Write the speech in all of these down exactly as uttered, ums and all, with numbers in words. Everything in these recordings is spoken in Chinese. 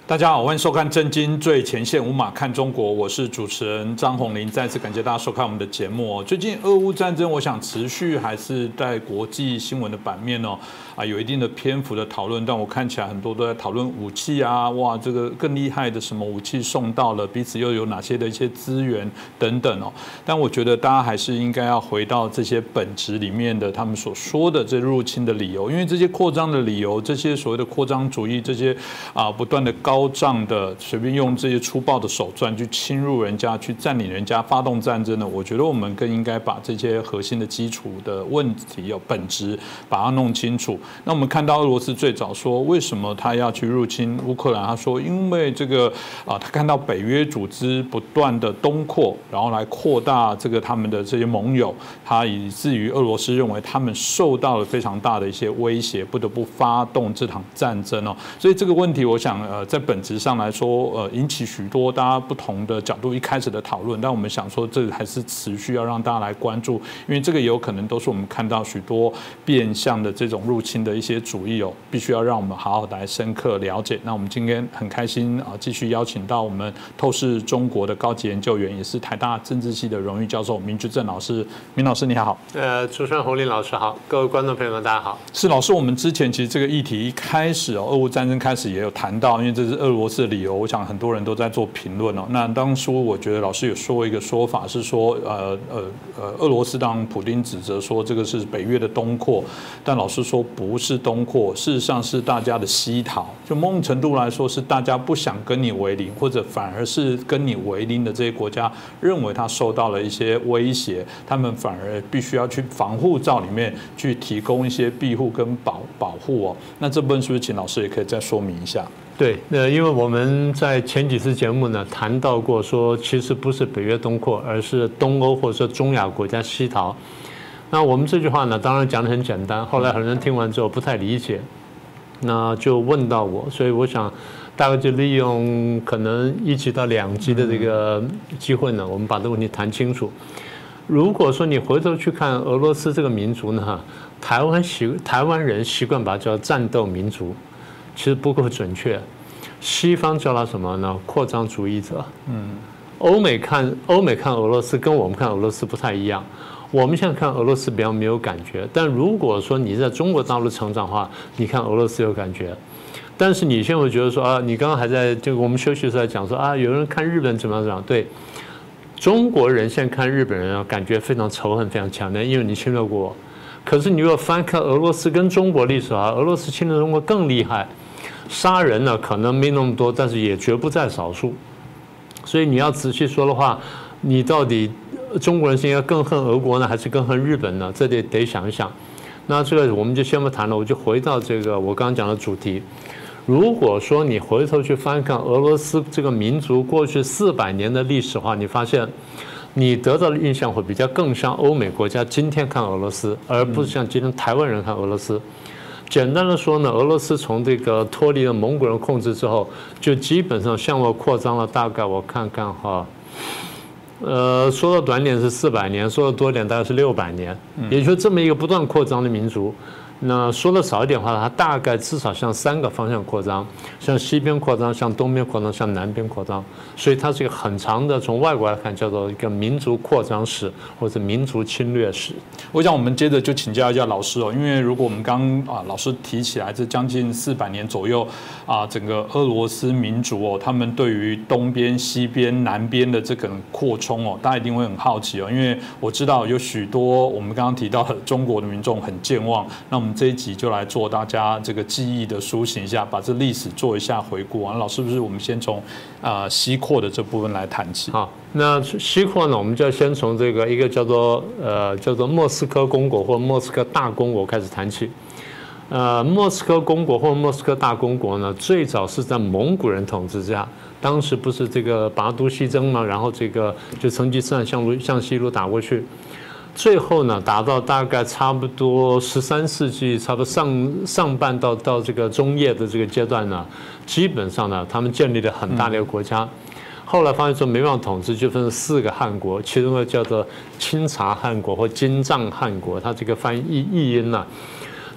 大家好，欢迎收看《震惊最前线》，无马看中国，我是主持人张宏林。再次感谢大家收看我们的节目哦。最近俄乌战争，我想持续还是在国际新闻的版面哦，啊，有一定的篇幅的讨论。但我看起来很多都在讨论武器啊，哇，这个更厉害的什么武器送到了，彼此又有哪些的一些资源等等哦。但我觉得大家还是应该要回到这些本质里面的，他们所说的这入侵的理由，因为这些扩张的理由，这些所谓的扩张主义，这些啊不断的高。高涨的随便用这些粗暴的手段去侵入人家、去占领人家、发动战争呢？我觉得我们更应该把这些核心的基础的问题、有本质，把它弄清楚。那我们看到俄罗斯最早说，为什么他要去入侵乌克兰？他说，因为这个啊，他看到北约组织不断的东扩，然后来扩大这个他们的这些盟友，他以至于俄罗斯认为他们受到了非常大的一些威胁，不得不发动这场战争哦。所以这个问题，我想呃，在本质上来说，呃，引起许多大家不同的角度一开始的讨论，但我们想说，这还是持续要让大家来关注，因为这个有可能都是我们看到许多变相的这种入侵的一些主义哦，必须要让我们好好的来深刻了解。那我们今天很开心啊，继续邀请到我们透视中国的高级研究员，也是台大政治系的荣誉教授明居正老师。明老师你好。 呃，主持人洪林老师好，各位观众朋友们大家好。 是老师，我们之前其实这个议题一开始哦，俄乌战争开始也有谈到，因为这是俄罗斯的理由，我想很多人都在做评论哦。那当初我觉得老师有说一个说法是说，呃呃呃，俄罗斯当普丁指责说这个是北约的东扩，但老师说不是东扩，事实上是大家的西逃。就某种程度来说，是大家不想跟你为邻，或者反而是跟你为邻的这些国家认为他受到了一些威胁，他们反而必须要去防护罩里面去提供一些庇护跟保保护哦。那这部分是不是请老师也可以再说明一下？ 对，那因为我们在前几次节目呢谈到过说，其实不是北约东扩，而是东欧或者说中亚国家西逃。那我们这句话呢，当然讲得很简单，后来很多人听完之后不太理解，那就问到我，所以我想大概就利用可能一集到两集的这个机会呢，我们把这个问题谈清楚。如果说你回头去看俄罗斯这个民族呢，台湾习台湾人习惯把它叫战斗民族。其实不够准确，西方叫它什么呢？扩张主义者。嗯，欧美看欧美看俄罗斯跟我们看俄罗斯不太一样。我们现在看俄罗斯比较没有感觉，但如果说你在中国大陆成长的话，你看俄罗斯有感觉。但是你现在会觉得说啊，你刚刚还在这个我们休息的时候讲说啊，有人看日本怎么样怎么样？对，中国人现在看日本人啊，感觉非常仇恨，非常强烈，因为你侵略过。可是你如果翻看俄罗斯跟中国历史啊，俄罗斯侵略中国更厉害。杀人呢，可能没那么多，但是也绝不在少数。所以你要仔细说的话，你到底中国人是应该更恨俄国呢，还是更恨日本呢？这得得想一想。那这个我们就先不谈了，我就回到这个我刚刚讲的主题。如果说你回头去翻看俄罗斯这个民族过去四百年的历史的话，你发现你得到的印象会比较更像欧美国家今天看俄罗斯，而不是像今天台湾人看俄罗斯。简单的说呢，俄罗斯从这个脱离了蒙古人控制之后，就基本上向外扩张了。大概我看看哈，呃，说的短点是四百年，说的多点大概是六百年，也就是这么一个不断扩张的民族。那说的少一点的话，它大概至少向三个方向扩张，向西边扩张，向东边扩张，向南边扩张。所以它是一个很长的，从外国来看叫做一个民族扩张史或者民族侵略史。 我想我们接着就请教一下老师哦，因为如果我们刚啊老师提起来，这将近四百年左右啊，整个俄罗斯民族哦，他们对于东边、西边、南边的这个扩充哦，大家一定会很好奇哦，因为我知道有许多我们刚刚提到的中国的民众很健忘，那我们这一集就来做大家这个记忆的苏醒一下，把这历史做一下回顾啊。老师，是不是我们先从啊西扩的这部分来谈起？ 好，那西扩呢，我们就要先从这个一个叫做呃叫做莫斯科公国或莫斯科大公国开始谈起。呃，莫斯科公国或莫斯科大公国呢，最早是在蒙古人统治之下，当时不是这个拔都西征嘛，然后这个就成吉思汗向路向西路打过去。最后呢，达到大概差不多十三世纪，差不多上上半到到这个中叶的这个阶段呢，基本上呢，他们建立了很大的一个国家。后来发现说没办法统治，就分成四个汗国，其中一个叫做钦察汗国或金帐汗国，它这个翻译译音呢。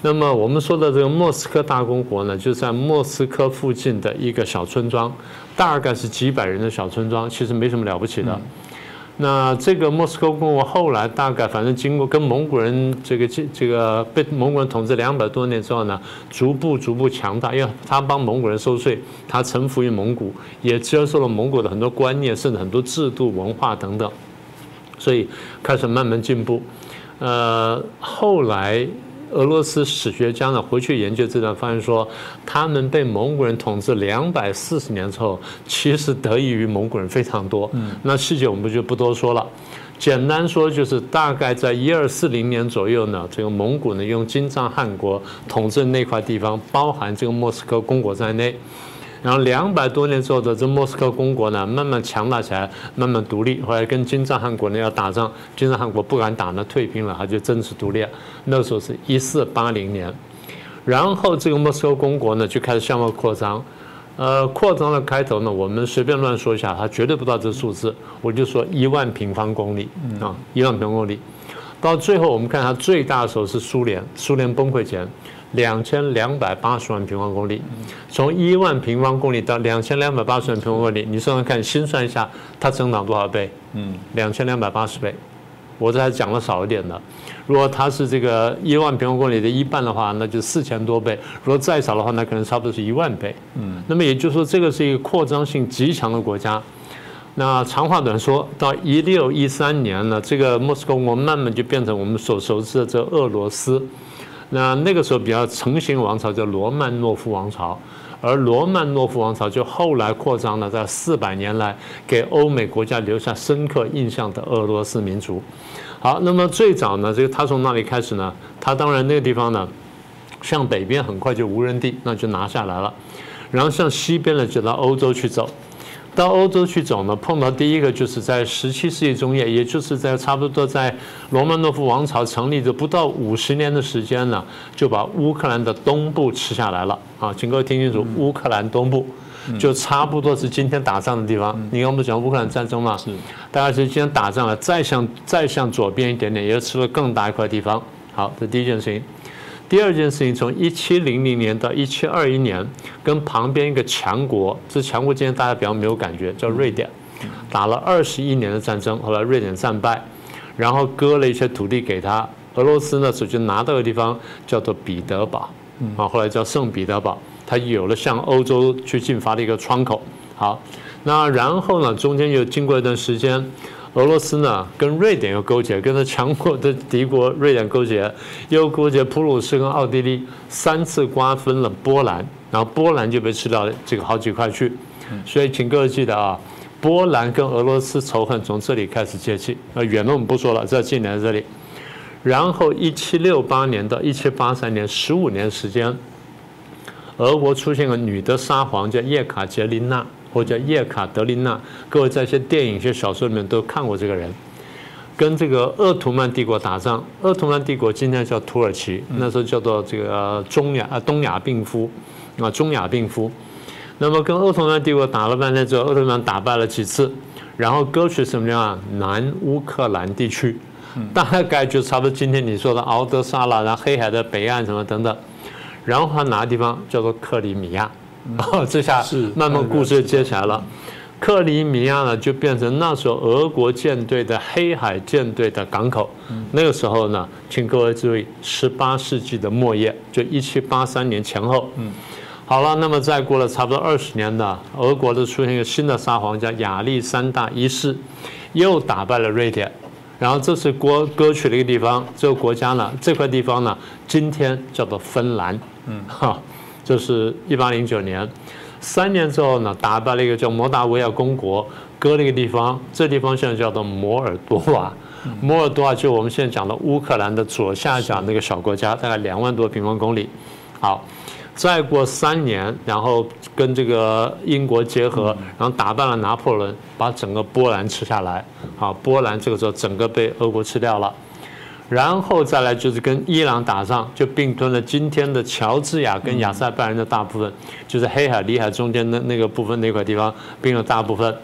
那么我们说的这个莫斯科大公国呢，就在莫斯科附近的一个小村庄，大概是几百人的小村庄，其实没什么了不起的。嗯、那这个莫斯科公国后来大概反正经过跟蒙古人这个这个被蒙古人统治两百多年之后呢，逐步逐步强大，因为他帮蒙古人收税，他臣服于蒙古，也接受了蒙古的很多观念，甚至很多制度、文化等等，所以开始慢慢进步。呃，后来俄罗斯史学家呢回去研究这段，发现说他们被蒙古人统治两百四十年之后，其实得益于蒙古人非常多。嗯，那细节我们就不多说了。简单说就是大概在一二四零年左右呢，这个蒙古呢用金帐汗国统治那块地方，包含这个莫斯科公国在内。然后两百多年之后的这莫斯科公国呢，慢慢强大起来，慢慢独立。后来跟金帐汗国呢要打仗，金帐汗国不敢打呢，退兵了，他就正式独立了。那个时候是一四八零年，然后这个莫斯科公国呢就开始向外扩张。呃，扩张的开头呢，我们随便乱说一下，他绝对不到这个数字，我就说一万平方公里啊，一万平方公里。到最后我们看它最大的时候是苏联，苏联崩溃前。两千两百八十万平方公里，从一万平方公里到两千两百八十万平方公里，你算算看，心算一下，它增长多少倍？嗯，两千两百八十倍。我这还讲了少一点的，如果它是这个一万平方公里的一半的话，那就四千多倍；如果再少的话，那可能差不多是一万倍。嗯，那么也就是说，这个是一个扩张性极强的国家。那长话短说，到一六一三年呢，这个莫斯科公国慢慢就变成我们所熟知的这个俄罗斯。那那个时候比较成型王朝叫罗曼诺夫王朝，而罗曼诺夫王朝就后来扩张了，在四百年来给欧美国家留下深刻印象的俄罗斯民族。好，那么最早呢，这个他从哪里开始呢？他当然那个地方呢，向北边很快就无人地，那就拿下来了，然后向西边呢就到欧洲去走。到欧洲去走呢，碰到第一个就是在十七世纪中叶，也就是在差不多在罗曼诺夫王朝成立的不到五十年的时间呢，就把乌克兰的东部吃下来了啊！请各位听清楚，乌克兰东部就差不多是今天打仗的地方。你刚不是讲乌克兰战争嘛？是，大概是今天打仗了，再向再向左边一点点，也吃了更大一块地方。好，这第一件事情。第二件事情，从一七零零年到一七二一年，跟旁边一个强国，这强国今天大家比较没有感觉，叫瑞典，打了二十一年的战争，后来瑞典战败，然后割了一些土地给他。俄罗斯呢，首先拿到的地方叫做彼得堡，啊，后来叫圣彼得堡，它有了向欧洲去进发的一个窗口。好，那然后呢，中间又经过一段时间。俄罗斯呢，跟瑞典又勾结，跟着强国的敌国瑞典勾结，又勾结普鲁士跟奥地利，三次瓜分了波兰，然后波兰就被吃到这个好几块去。所以请各位记得啊，波兰跟俄罗斯仇恨从这里开始接起，呃，远的我们不说了，在近年这里。然后一七六八年到一七八三年，十五年时间，俄国出现个女的沙皇叫叶卡捷琳娜。或者叶卡德琳娜，各位在一些电影、一些小说里面都看过这个人，跟这个鄂图曼帝国打仗。鄂图曼帝国今天叫土耳其，那时候叫做这个中亚啊东亚病夫啊中亚病夫。那么跟鄂图曼帝国打了半天之后，鄂图曼打败了几次，然后割取什么样啊？南乌克兰地区，大概就差不多今天你说的敖德萨啦，然后黑海的北岸什么等等。然后他哪个地方叫做克里米亚？哦，这下慢慢故事就接起来了。克里米亚呢，就变成那时候俄国舰队的黑海舰队的港口。那个时候呢，请各位注意，十八世纪的末叶，就一七八三年前后。好了，那么再过了差不多二十年的，俄国的出现一个新的沙皇，叫亚历山大一世，又打败了瑞典。然后这次割割取了一个地方，这个国家呢，这块地方呢，今天叫做芬兰。嗯，哈。就是一八零九年，三年之后呢，打败了一个叫摩达维亚公国，割了一个地方，这地方现在叫做摩尔多瓦。摩尔多瓦就我们现在讲的乌克兰的左下角那个小国家，大概两万多平方公里。好，再过三年，然后跟这个英国结合，然后打败了拿破仑，把整个波兰吃下来。好，波兰这个时候整个被俄国吃掉了。然后再来就是跟伊朗打仗，就并吞了今天的乔治亚跟亚塞拜然的大部分，就是黑海、里海中间的那个部分那块地方并了大部分。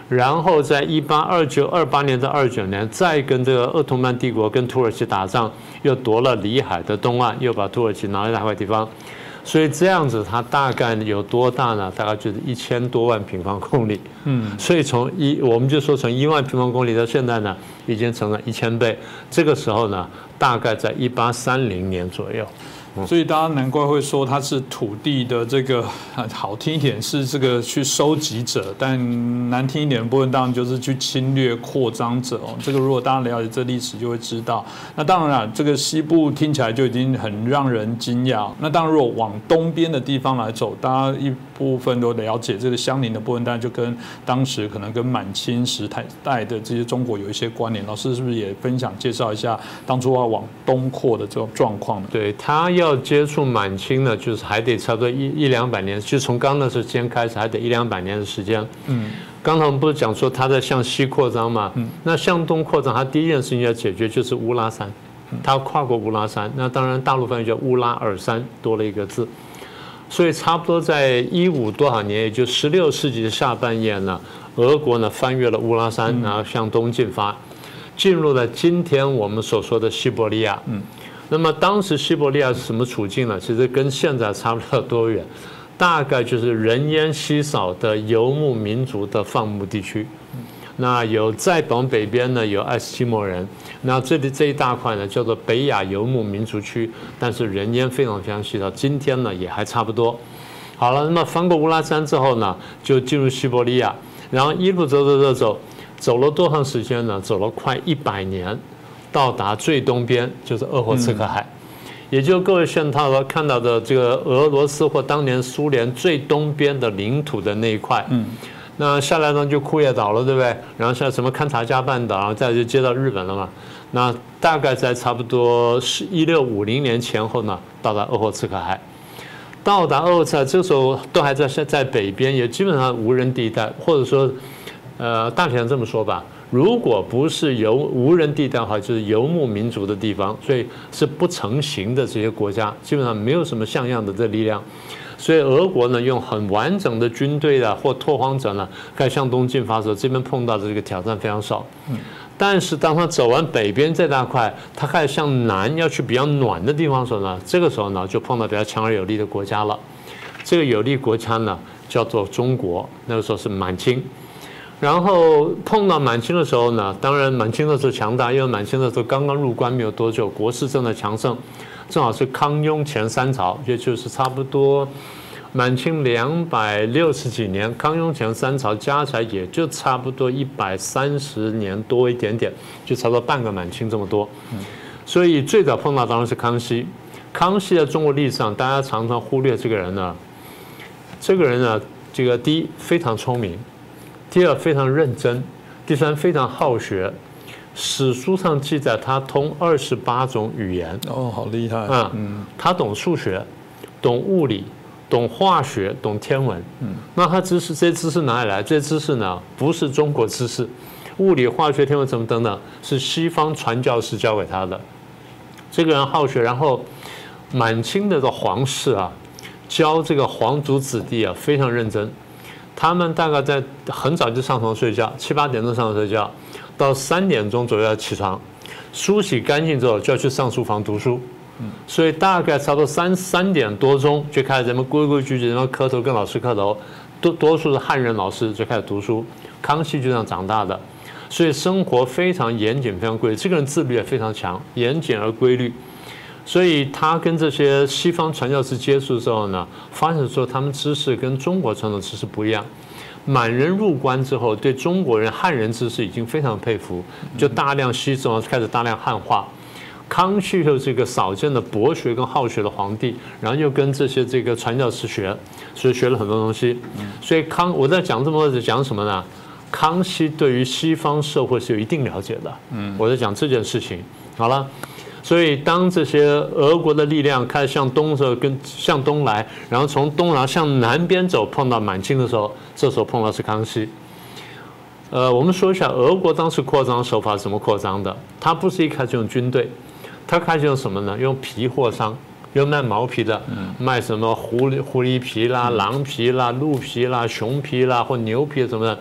然后在一八二九、二八年到二九年，再跟这个鄂图曼帝国跟土耳其打仗，又夺了里海的东岸，又把土耳其拿了那块地方。所以这样子，它大概有多大呢？大概就是一千多万平方公里。嗯，所以从一，我们就说从一万平方公里到现在呢，已经成了一千倍。这个时候呢，大概在一八三零年左右。 所以大家难怪会说它是土地的这个，好听一点是这个去收集者，但难听一点的部分当然就是去侵略扩张者哦。这个如果大家了解这历史就会知道。那当然了，这个西部听起来就已经很让人惊讶。那当然如果往东边的地方来走，大家一部分都了解这个相邻的部分，当然就跟当时可能跟满清时代的这些中国有一些关联。老师是不是也分享介绍一下当初要往东扩的这种状况呢？ 对，他要。要接触满清呢，就是还得差不多一一两百年，就从刚那时间开始，还得一两百年的时间。嗯，刚才我们不是讲说他在向西扩张嘛？嗯，那向东扩张，他第一件事情要解决就是乌拉山，他要跨过乌拉山。那当然大陆翻译叫乌拉尔山，多了一个字。所以差不多在一五多少年，也就十六世纪的下半叶呢，俄国呢翻越了乌拉山，然后向东进发，进入了今天我们所说的西伯利亚。嗯。那么当时西伯利亚是什么处境呢？其实跟现在差不了多远，大概就是人烟稀少的游牧民族的放牧地区。那有再往北边呢，有爱斯基摩人。那这里这一大块呢，叫做北亚游牧民族区，但是人烟非常非常稀少。今天呢，也还差不多。好了，那么翻过乌拉山之后呢，就进入西伯利亚，然后一路走走走走，走了多长时间呢？走了快一百年。到达最东边就是鄂霍次克海，嗯、也就各位现在看到的这个俄罗斯或当年苏联最东边的领土的那一块。嗯，那下来呢就库页岛了，对不对？然后像什么勘察加半岛，然后再就接到日本了嘛。那大概在差不多是一六五零年前后呢，到达鄂霍次克海。到达鄂霍次克海，这个时候都还在在北边，也基本上无人地带，或者说，呃，大体上这么说吧。如果不是游无人地带的话，就是游牧民族的地方，所以是不成形的这些国家，基本上没有什么像样的这力量。所以俄国呢，用很完整的军队啊，或拓荒者呢，开始向东进发的时候，这边碰到的这个挑战非常少。但是当他走完北边这大块，他开始向南要去比较暖的地方的时候呢，这个时候呢，就碰到比较强而有力的国家了。这个有力国家呢，叫做中国，那个时候是满清。然后碰到满清的时候呢，当然满清的时候强大，因为满清的时候刚刚入关没有多久，国势正在强盛，正好是康雍前三朝，也就是差不多满清两百六十几年，康雍前三朝加起来也就差不多一百三十年多一点点，就差不多半个满清这么多。所以最早碰到当然是康熙。康熙在中国历史上，大家常常忽略这个人呢，这个人呢，这个第一非常聪明。第二非常认真，第三非常好学，史书上记载他通二十八种语言。 哦，好厉害！ 嗯，他懂数学，懂物理，懂化学，懂天文。嗯，那他知识这些知识哪里来？这些知识呢，不是中国知识，物理、化学、天文什么等等，是西方传教士教给他的。这个人好学，然后满清的这皇室啊，教这个皇族子弟啊，非常认真。他们大概在很早就上床睡觉，七八点钟上床睡觉，到三点钟左右要起床，梳洗干净之后就要去上书房读书。所以大概差不多三三点多钟就开始人们规规矩矩，然后磕头跟老师磕头，多多数是汉人老师就开始读书。康熙就这样长大的，所以生活非常严谨，非常规律。这个人自律也非常强，严谨而规律。所以他跟这些西方传教士接触的时候呢，发现说他们知识跟中国传统知识不一样。满人入关之后，对中国人汉人知识已经非常佩服，就大量吸收，开始大量汉化。康熙就是一个少见的博学跟好学的皇帝，然后又跟这些这个传教士学，所以学了很多东西。所以康，我在讲这么多，讲什么呢？康熙对于西方社会是有一定了解的。嗯，我在讲这件事情。好了。所以，当这些俄国的力量开始向东的时候，跟向东来，然后从东然后向南边走，碰到满清的时候，这时候碰到是康熙。呃，我们说一下俄国当时扩张手法是怎么扩张的。他不是一开始用军队，他开始用什么呢？用皮货商，用卖毛皮的，卖什么狐狸狐狸皮啦、狼皮啦、鹿皮啦、熊皮啦或牛皮什么的，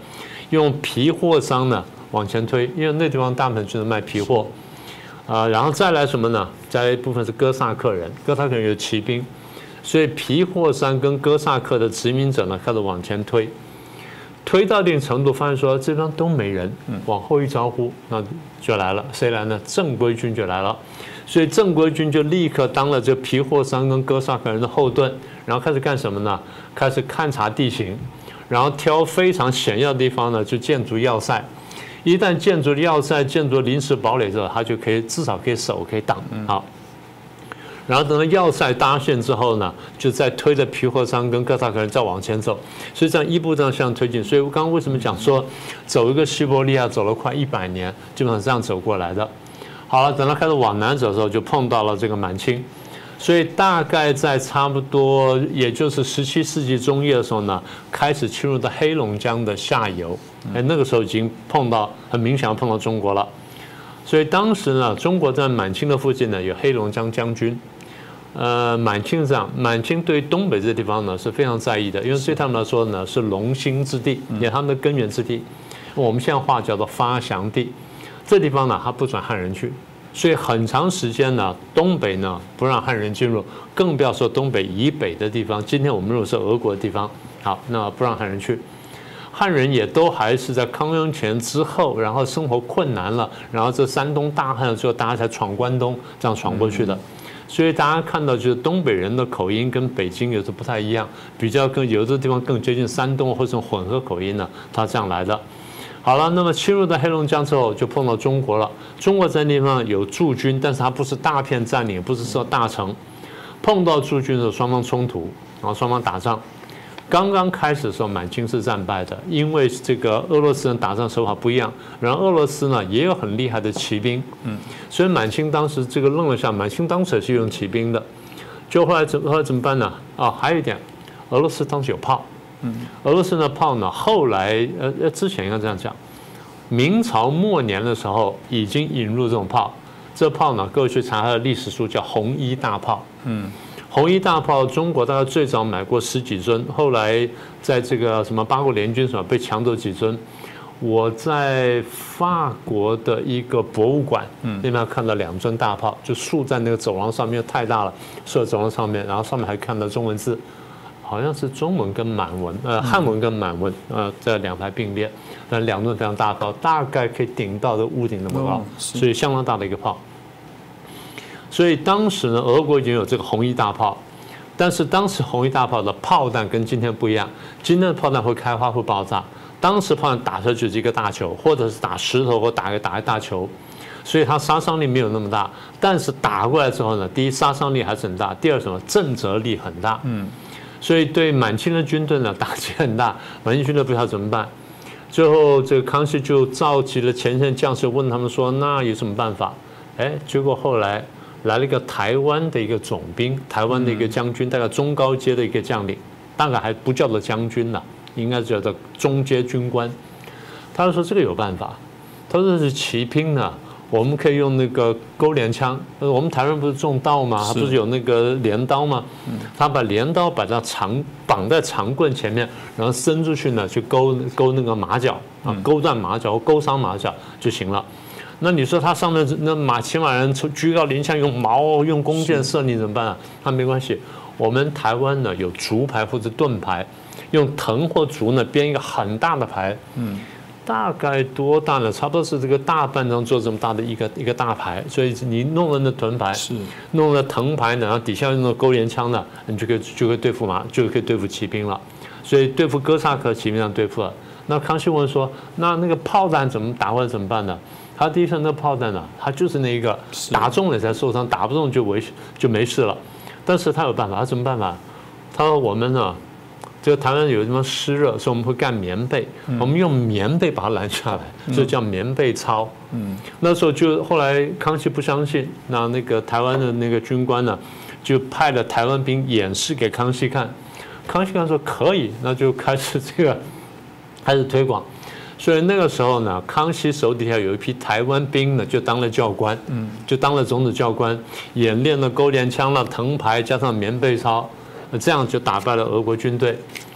用皮货商呢往前推，因为那地方大部分就是卖皮货，啊、呃，然后再来什么呢？再来一部分是哥萨克人，哥萨克人有骑兵，所以皮货商跟哥萨克的殖民者呢开始往前推。推到一定程度，发现说这边都没人，往后一招呼，那就来了。谁来呢？正规军就来了。所以正规军就立刻当了这皮货商跟哥萨克人的后盾，然后开始干什么呢？开始勘察地形，然后挑非常险要的地方呢，就建筑要塞。一旦建筑要塞、建筑临时堡垒之后，他就可以至少可以守、可以挡。好。然后等到要塞搭线之后呢，就再推着皮货商跟哥萨克人再往前走，所以这样一步这样向推进。所以我刚刚为什么讲说，走一个西伯利亚走了快一百年，基本上这样走过来的。好了，等到开始往南走的时候，就碰到了这个满清。所以大概在差不多也就是十七世纪中叶的时候呢，开始侵入到黑龙江的下游。哎，那个时候已经碰到很明显碰到中国了。所以当时呢，中国在满清的附近呢有黑龙江将军。呃，满清是这样，满清对东北这个地方呢是非常在意的，因为对他们来说呢是龙兴之地，也他们的根源之地。我们现在话叫做发祥地。这地方呢，他不准汉人去，所以很长时间呢，东北呢不让汉人进入，更不要说东北以北的地方。今天我们如果是俄国的地方，好，那不让汉人去。汉人也都还是在康雍乾之后，然后生活困难了，然后这山东大旱了之后，大家才闯关东，这样闯过去的。所以大家看到，就是东北人的口音跟北京有时不太一样，比较更有的地方更接近山东或者混合口音呢，它这样来的。好了，那么侵入到黑龙江之后，就碰到中国了。中国在那地方有驻军，但是它不是大片占领，不是说大城。碰到驻军的时候，双方冲突，然后双方打仗。刚刚开始的时候，满清是战败的，因为这个俄罗斯人打仗手法不一样，然后俄罗斯呢也有很厉害的骑兵，嗯，所以满清当时这个愣了下，满清当时也是用骑兵的，就后来怎后来怎么办呢？啊，还有一点，俄罗斯当时有炮，嗯，俄罗斯的炮呢，后来呃呃之前应该这样讲，明朝末年的时候已经引入这种炮，这炮呢，各位去查它的历史书，叫红衣大炮，嗯。红衣大炮，中国大概最早买过十几尊，后来在这个什么八国联军什么被抢走几尊。我在法国的一个博物馆，那边看到两尊大炮，就竖在那个走廊上面，太大了，竖在走廊上面，然后上面还看到中文字，好像是中文跟满文，呃，汉文跟满文，呃，这两排并列，但两尊非常大炮，大概可以顶到这屋顶那么高，所以相当大的一个炮。所以当时呢，俄国已经有这个红衣大炮，但是当时红衣大炮的炮弹跟今天不一样，今天的炮弹会开花会爆炸，当时炮弹打出去是一个大球，或者是打石头或打个打一大球，所以它杀伤力没有那么大，但是打过来之后呢，第一杀伤力还是很大，第二什么震慑力很大，嗯，所以对满清的军队呢打击很大，满清军队不知道怎么办，最后这个康熙就召集了前线将士，问他们说，那有什么办法？哎，结果后来。来了一个台湾的一个总兵，台湾的一个将军，大概中高阶的一个将领，大概还不叫做将军了，应该叫做中阶军官。他就说这个有办法，他说这是骑兵呢，我们可以用那个钩镰枪。我们台湾不是种稻吗？他不是有那个镰刀吗？他把镰刀把它长绑在长棍前面，然后伸出去呢，去勾勾那个马脚啊，勾断马脚或勾伤马脚就行了。那你说他上面那马骑马人居高临下用矛用弓箭射你怎么办啊？他没关系，我们台湾呢有竹牌或者盾牌，用藤或竹呢编一个很大的牌，嗯，大概多大呢？差不多是这个大半张桌这么大的一个一个大牌，所以你弄了那盾牌，是弄了藤牌呢，然后底下用那钩镰枪呢，你就可以就可以对付马，就可以对付骑兵了。所以对付哥萨克骑兵上对付了。那康熙问说，那那个炮弹怎么打或者怎么办呢？他第一声那炮弹呢，他就是那一个打中了才受伤，打不中就没就没事了。但是他有办法，他什么办法？他说我们呢，这个台湾有什么湿热，所以我们会干棉被，我们用棉被把它拦下来，所以叫棉被操。嗯，那时候就后来康熙不相信，那那个台湾的那个军官呢，就派了台湾兵演示给康熙看。康熙看说可以，那就开始这个开始推广。所以那个时候呢，康熙手底下有一批台湾兵呢，就当了教官，嗯，就当了种子教官，演练了钩镰枪了、藤牌，加上棉被操，这样就打败了俄国军队。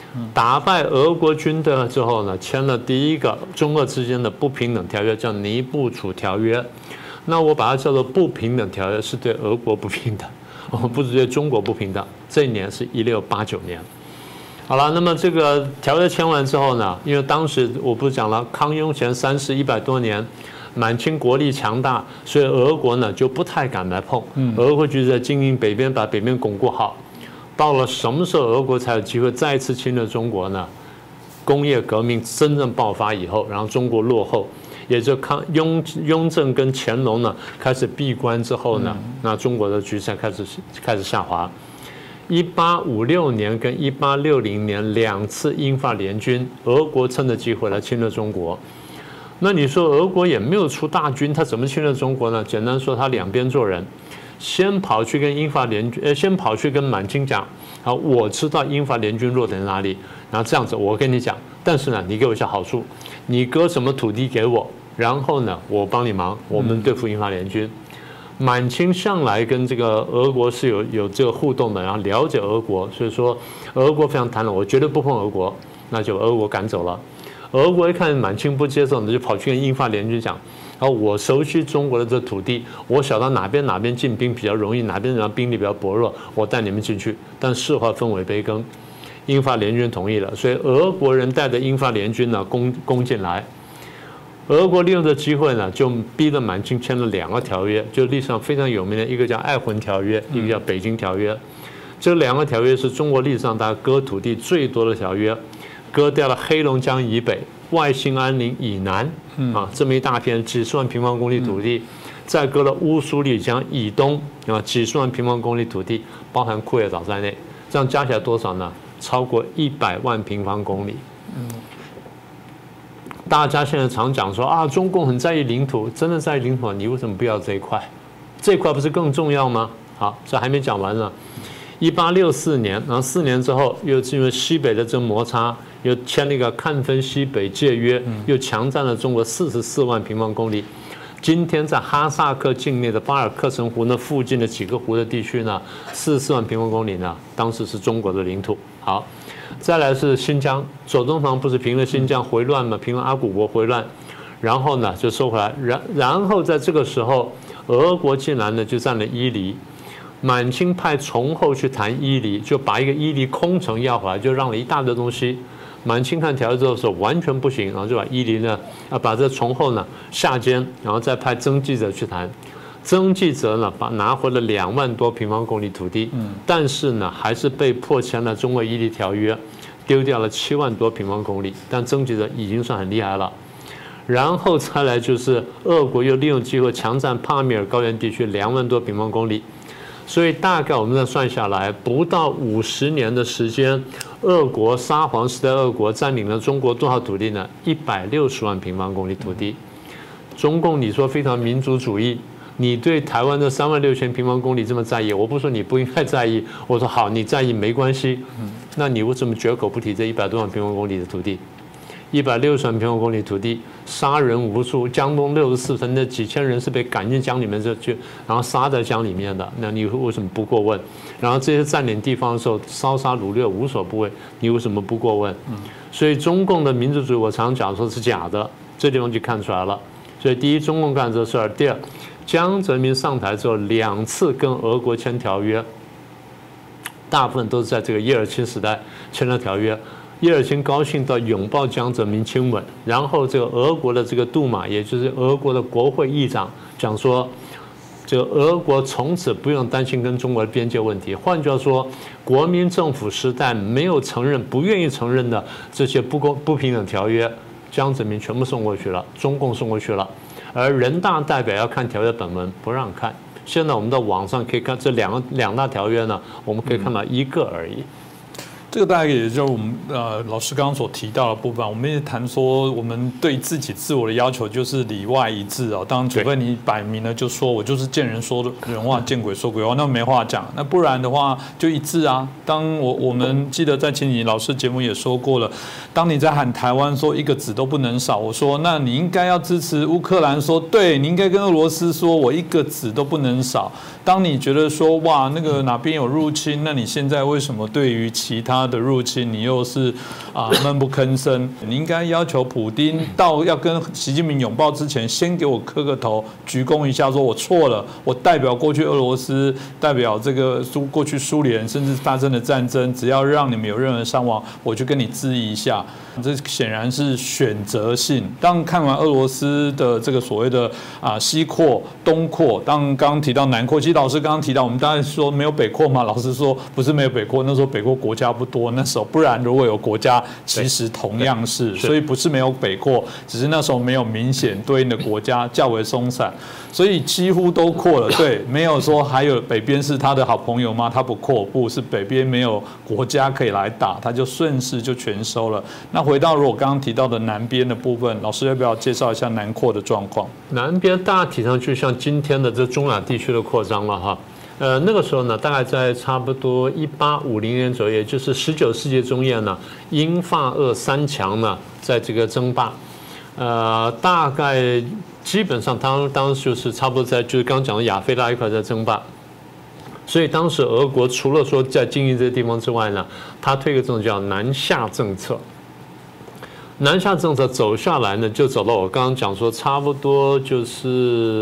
打败俄国军队了之后呢，签了第一个中俄之间的不平等条约，叫尼布楚条约。那我把它叫做不平等条约，是对俄国不平等，不是对中国不平等。这一年是一六八九年。好了，那么这个条约签完之后呢，因为当时我不是讲了，康雍乾三世一百多年，满清国力强大，所以俄国呢就不太敢来碰。俄国就是在经营北边，把北边巩固好。到了什么时候俄国才有机会再次侵略中国呢？工业革命真正爆发以后，然后中国落后，也就康雍雍正跟乾隆呢开始闭关之后呢，那中国的局势开始开始下滑。一八五六年跟一八六零年两次英法联军，俄国趁着机会来侵略中国。那你说俄国也没有出大军，他怎么侵略中国呢？简单说，他两边做人。先跑去跟英法联军，呃，先跑去跟满清讲，啊，我知道英法联军弱点在哪里，然后这样子我跟你讲，但是呢，你给我一下好处，你割什么土地给我，然后呢，我帮你忙，我们对付英法联军。满清向来跟这个俄国是有有这个互动的，然后了解俄国，所以说俄国非常贪婪，我绝对不碰俄国，那就俄国赶走了。俄国一看满清不接受，就跑去跟英法联军讲。然后我熟悉中国的这土地，我晓得哪边哪边进兵比较容易，哪边人兵力比较薄弱，我带你们进去。但事后分尾杯羹，英法联军同意了，所以俄国人带着英法联军呢攻攻进来。俄国利用这机会呢，就逼着满清签了两个条约，就历史上非常有名的一个叫《爱魂条约》，一个叫《北京条约》。这两个条约是中国历史上大家割土地最多的条约，割掉了黑龙江以北。外兴安岭以南啊，这么一大片几十万平方公里土地，再割了乌苏里江以东啊，几十万平方公里土地，包含库页岛在内，这样加起来多少呢？超过一百万平方公里。大家现在常讲说啊，中共很在意领土，真的在意领土，你为什么不要这一块？这一块不是更重要吗？好，这还没讲完呢。一八六四年，然后四年之后，又因为西北的这摩擦。又签了一个看分西北界约，又强占了中国四十四万平方公里。今天在哈萨克境内的巴尔克什湖那附近的几个湖的地区呢，四十四万平方公里呢，当时是中国的领土。好，再来是新疆，左宗棠不是平了新疆回乱吗？平了阿古国回乱，然后呢就收回来，然然后在这个时候，俄国竟然呢就占了伊犁。满清派崇厚去谈伊犁，就把一个伊犁空城要回来，就让了一大堆东西。满清看条约之后说完全不行，然后就把伊犁呢，啊把这崇厚呢下监，然后再派曾纪泽去谈。曾纪泽呢把拿回了两万多平方公里土地，但是呢还是被迫签了中俄伊犁条约，丢掉了七万多平方公里。但曾纪泽已经算很厉害了。然后再来就是俄国又利用机会强占帕米尔高原地区两万多平方公里。所以大概我们再算下来，不到五十年的时间，俄国沙皇时代俄国占领了中国多少土地呢？一百六十万平方公里土地。中共你说非常民族主义，你对台湾的三万六千平方公里这么在意，我不说你不应该在意，我说好，你在意没关系。那你为什么绝口不提这一百多万平方公里的土地？一百六十万平方公里土地，杀人无数，江东六十四城的几千人是被赶进江里面去，然后杀在江里面的。那你为什么不过问？然后这些占领地方的时候，烧杀掳掠无所不为，你为什么不过问？所以中共的民族主义，我常讲说是假的，这地方就看出来了。所以第一，中共干这事儿；第二，江泽民上台之后两次跟俄国签条约，大部分都是在这个叶尔钦时代签了条约。叶尔钦高兴到拥抱江泽民亲吻，然后这个俄国的这个杜马，也就是俄国的国会议长讲说，这个俄国从此不用担心跟中国的边界问题。换句话说，国民政府时代没有承认、不愿意承认的这些不公不平等条约，江泽民全部送过去了，中共送过去了，而人大代表要看条约本文，不让看。现在我们到网上可以看这两个两大条约呢，我们可以看到一个而已。 这个大概也就是我们呃老师刚刚所提到的部分，我们也谈说我们对自己自我的要求就是里外一致哦。当然，除非你摆明了就说我就是见人说人话，见鬼说鬼话，那没话讲。那不然的话就一致啊。当我我们记得在前几集老师节目也说过了，当你在喊台湾说一个子都不能少，我说那你应该要支持乌克兰说，对你应该跟俄罗斯说我一个子都不能少。当你觉得说哇那个哪边有入侵，那你现在为什么对于其他他的入侵，你又是啊闷不吭声，你应该要求普丁到要跟习近平拥抱之前，先给我磕个头，鞠躬一下，说我错了，我代表过去俄罗斯，代表这个苏过去苏联，甚至发生的战争，只要让你们有任何伤亡，我就跟你致意一下。这显然是选择性。当看完俄罗斯的这个所谓的啊西扩、东扩，当刚刚提到南扩，其实老师刚刚提到，我们当然说没有北扩嘛，老师说不是没有北扩，那时候北扩国家不多，那时候不然如果有国家，其实同样是，所以不是没有北扩，只是那时候没有明显对应的国家，较为松散，所以几乎都扩了。对，没有说还有北边是他的好朋友吗？他不扩，不是北边没有国家可以来打，他就顺势就全收了。那回到如果刚刚提到的南边的部分，老师要不要介绍一下南扩的状况？ 南边大体上就像今天的这中亚地区的扩张了哈。呃，那个时候呢，大概在差不多一八五零年左右，也就是十九世纪中叶呢，英法俄三强呢在这个争霸，呃，大概基本上当当时就是差不多在就是刚刚讲的亚非拉一块在争霸。所以当时俄国除了说在经营这些地方之外呢，他推个政策叫南下政策。南下政策走下来呢，就走到我刚刚讲说，差不多就是，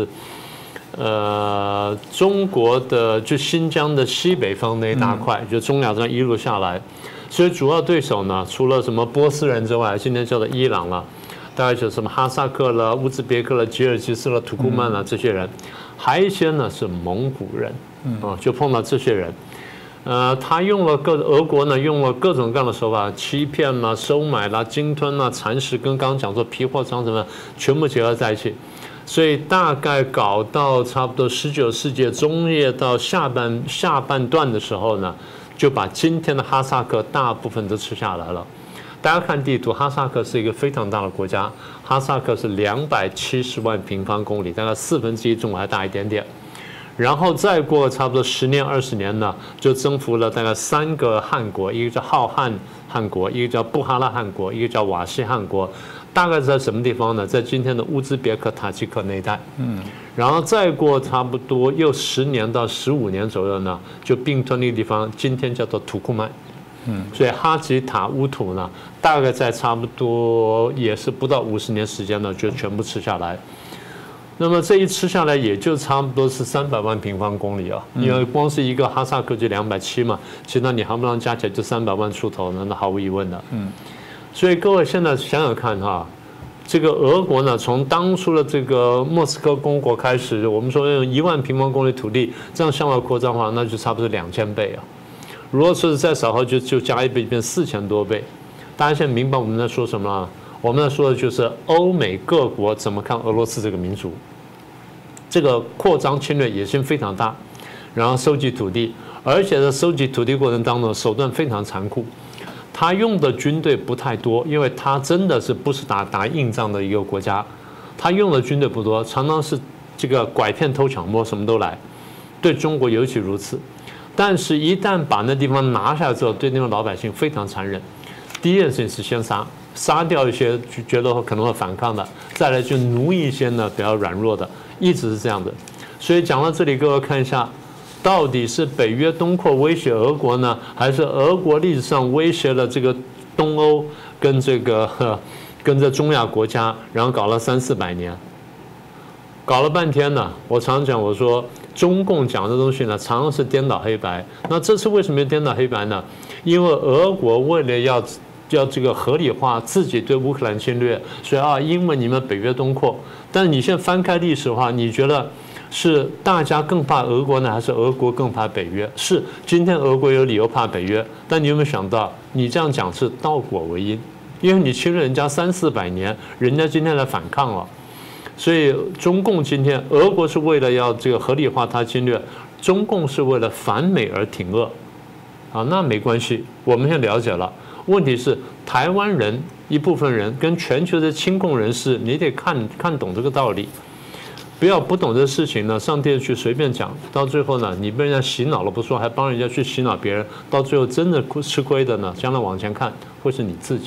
呃，中国的就新疆的西北方那一大块，就中亚这样一路下来。所以主要对手呢，除了什么波斯人之外，今天叫做伊朗了，大概就什么哈萨克了、乌兹别克了、吉尔吉斯了、土库曼了这些人，还有一些呢是蒙古人，啊，就碰到这些人。呃，他用了各俄国呢用了各种各样的手法，欺骗啦、收买啦、鲸吞啦、蚕食，跟刚刚讲说皮货商什么，全部结合在一起。所以大概搞到差不多十九世纪中叶到下半下半段的时候呢，就把今天的哈萨克大部分都吃下来了。大家看地图，哈萨克是一个非常大的国家，哈萨克是两百七十万平方公里，大概四分之一中国还大一点点。然后再过差不多十年二十年呢，就征服了大概三个汗国，一个叫浩瀚汗国，一个叫布哈拉汗国，一个叫瓦西汗国。大概在什么地方呢？在今天的乌兹别克、塔吉克那一带。嗯，然后再过差不多又十年到十五年左右呢，就并吞那个地方，今天叫做土库曼。嗯，所以哈吉塔乌土呢，大概在差不多也是不到五十年时间呢，就全部吃下来。那么这一吃下来也就差不多是三百万平方公里啊，因为光是一个哈萨克就两百七嘛，其实那你夯不啷加起来就三百万出头呢，那毫无疑问的。嗯，所以各位现在想想看哈，这个俄国呢，从当初的这个莫斯科公国开始，我们说用一万平方公里土地这样向外扩张的话，那就差不多两千倍啊。如果说是再少的话，就就加一倍变四千多倍。大家现在明白我们在说什么了？我们在说的就是欧美各国怎么看俄罗斯这个民族。这个扩张侵略野心非常大，然后收集土地，而且在收集土地过程当中手段非常残酷。他用的军队不太多，因为他真的是不是打打硬仗的一个国家，他用的军队不多，常常是这个拐骗偷抢摸什么都来，对中国尤其如此。但是，一旦把那地方拿下之后，对那种老百姓非常残忍。第一件事情是先杀，杀掉一些觉得可能会反抗的，再来就奴役一些呢比较软弱的。一直是这样的，所以讲到这里，各位看一下，到底是北约东扩威胁俄国呢，还是俄国历史上威胁了这个东欧跟这个跟这中亚国家，然后搞了三四百年，搞了半天呢？我常讲，我说中共讲的东西呢，常常是颠倒黑白。那这次为什么要颠倒黑白呢？因为俄国为了要要这个合理化自己对乌克兰侵略，所以啊，因为你们北约东扩，但是你现在翻开历史的话，你觉得是大家更怕俄国呢，还是俄国更怕北约？是今天俄国有理由怕北约，但你有没有想到，你这样讲是倒果为因，因为你侵略人家三四百年，人家今天来反抗了，所以中共今天，俄国是为了要这个合理化它侵略，中共是为了反美而挺俄，啊，那没关系，我们现在了解了。问题是台湾人一部分人跟全球的亲共人士，你得看看懂这个道理，不要不懂这事情呢，上电视去随便讲，到最后呢，你被人家洗脑了不说，还帮人家去洗脑别人，到最后真的吃亏的呢，将来往前看会是你自己。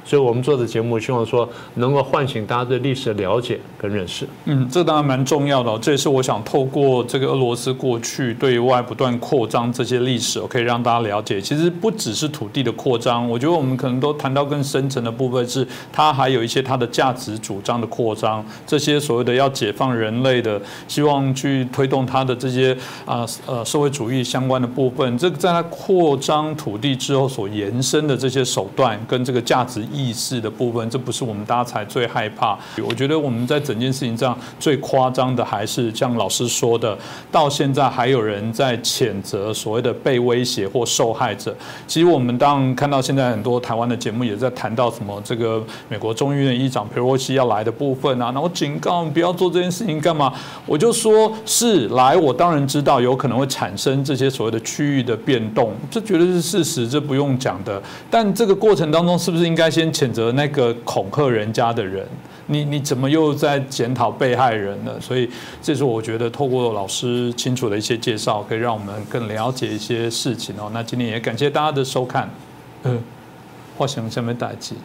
所以我们做的节目希望说能够唤醒大家对历史的了解跟认识。 嗯，这当然蛮重要的、哦，这也是我想透过这个俄罗斯过去对外不断扩张这些历史，可以让大家了解，其实不只是土地的扩张，我觉得我们可能都谈到更深层的部分是，它还有一些它的价值主张的扩张，这些所谓的要解放人类的，希望去推动它的这些啊呃社会主义相关的部分，这个在它扩张土地之后所延伸的这些手段跟这个价值意识的部分，这不是我们大家才最害怕。我觉得我们在整件事情上最夸张的还是像老师说的，到现在还有人在谴责所谓的被威胁或受害者。其实我们当然看到现在很多台湾的节目也在谈到什么这个美国众议院议长佩洛西要来的部分啊，然后警告你不要做这件事情干嘛？我就说是来，我当然知道有可能会产生这些所谓的区域的变动，这绝对是事实，这不用讲的。但这个过程当中，是不是应该先谴责那个恐吓人家的人？你你怎么又在检讨被害人呢？所以这是我觉得透过老师清楚的一些介绍，可以让我们更了解一些事情哦。那今天也感谢大家的收看。嗯，我想下面打击。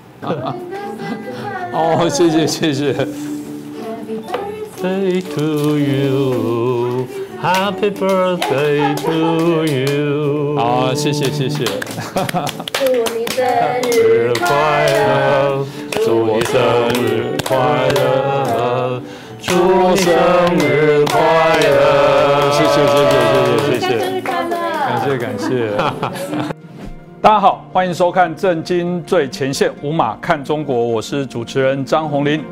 哦，谢谢谢谢。 Birthday to you, Happy birthday to you。 好，谢谢谢谢。 祝你生日快乐， 祝你生日快乐，祝你生日快乐。 谢谢谢谢谢谢谢谢， 生日快乐， 感谢感谢。大家好，欢迎收看《震惊最前线》，无马看中国，我是主持人张宏林。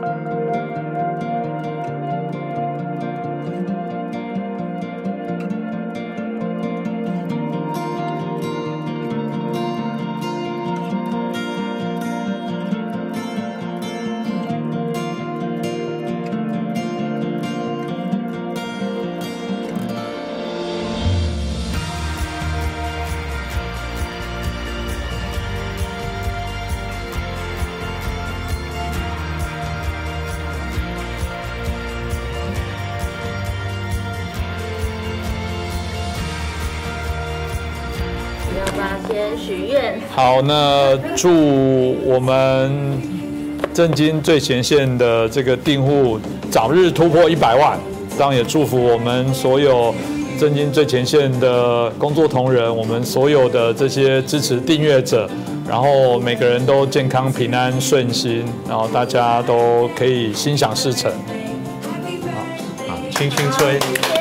先许愿。 好，那祝我们震惊最前线的这个订户早日突破一百万，当然也祝福我们所有震惊最前线的工作同仁，我们所有的这些支持订阅者，然后每个人都健康平安顺心，然后大家都可以心想事成。 好，好，轻轻吹。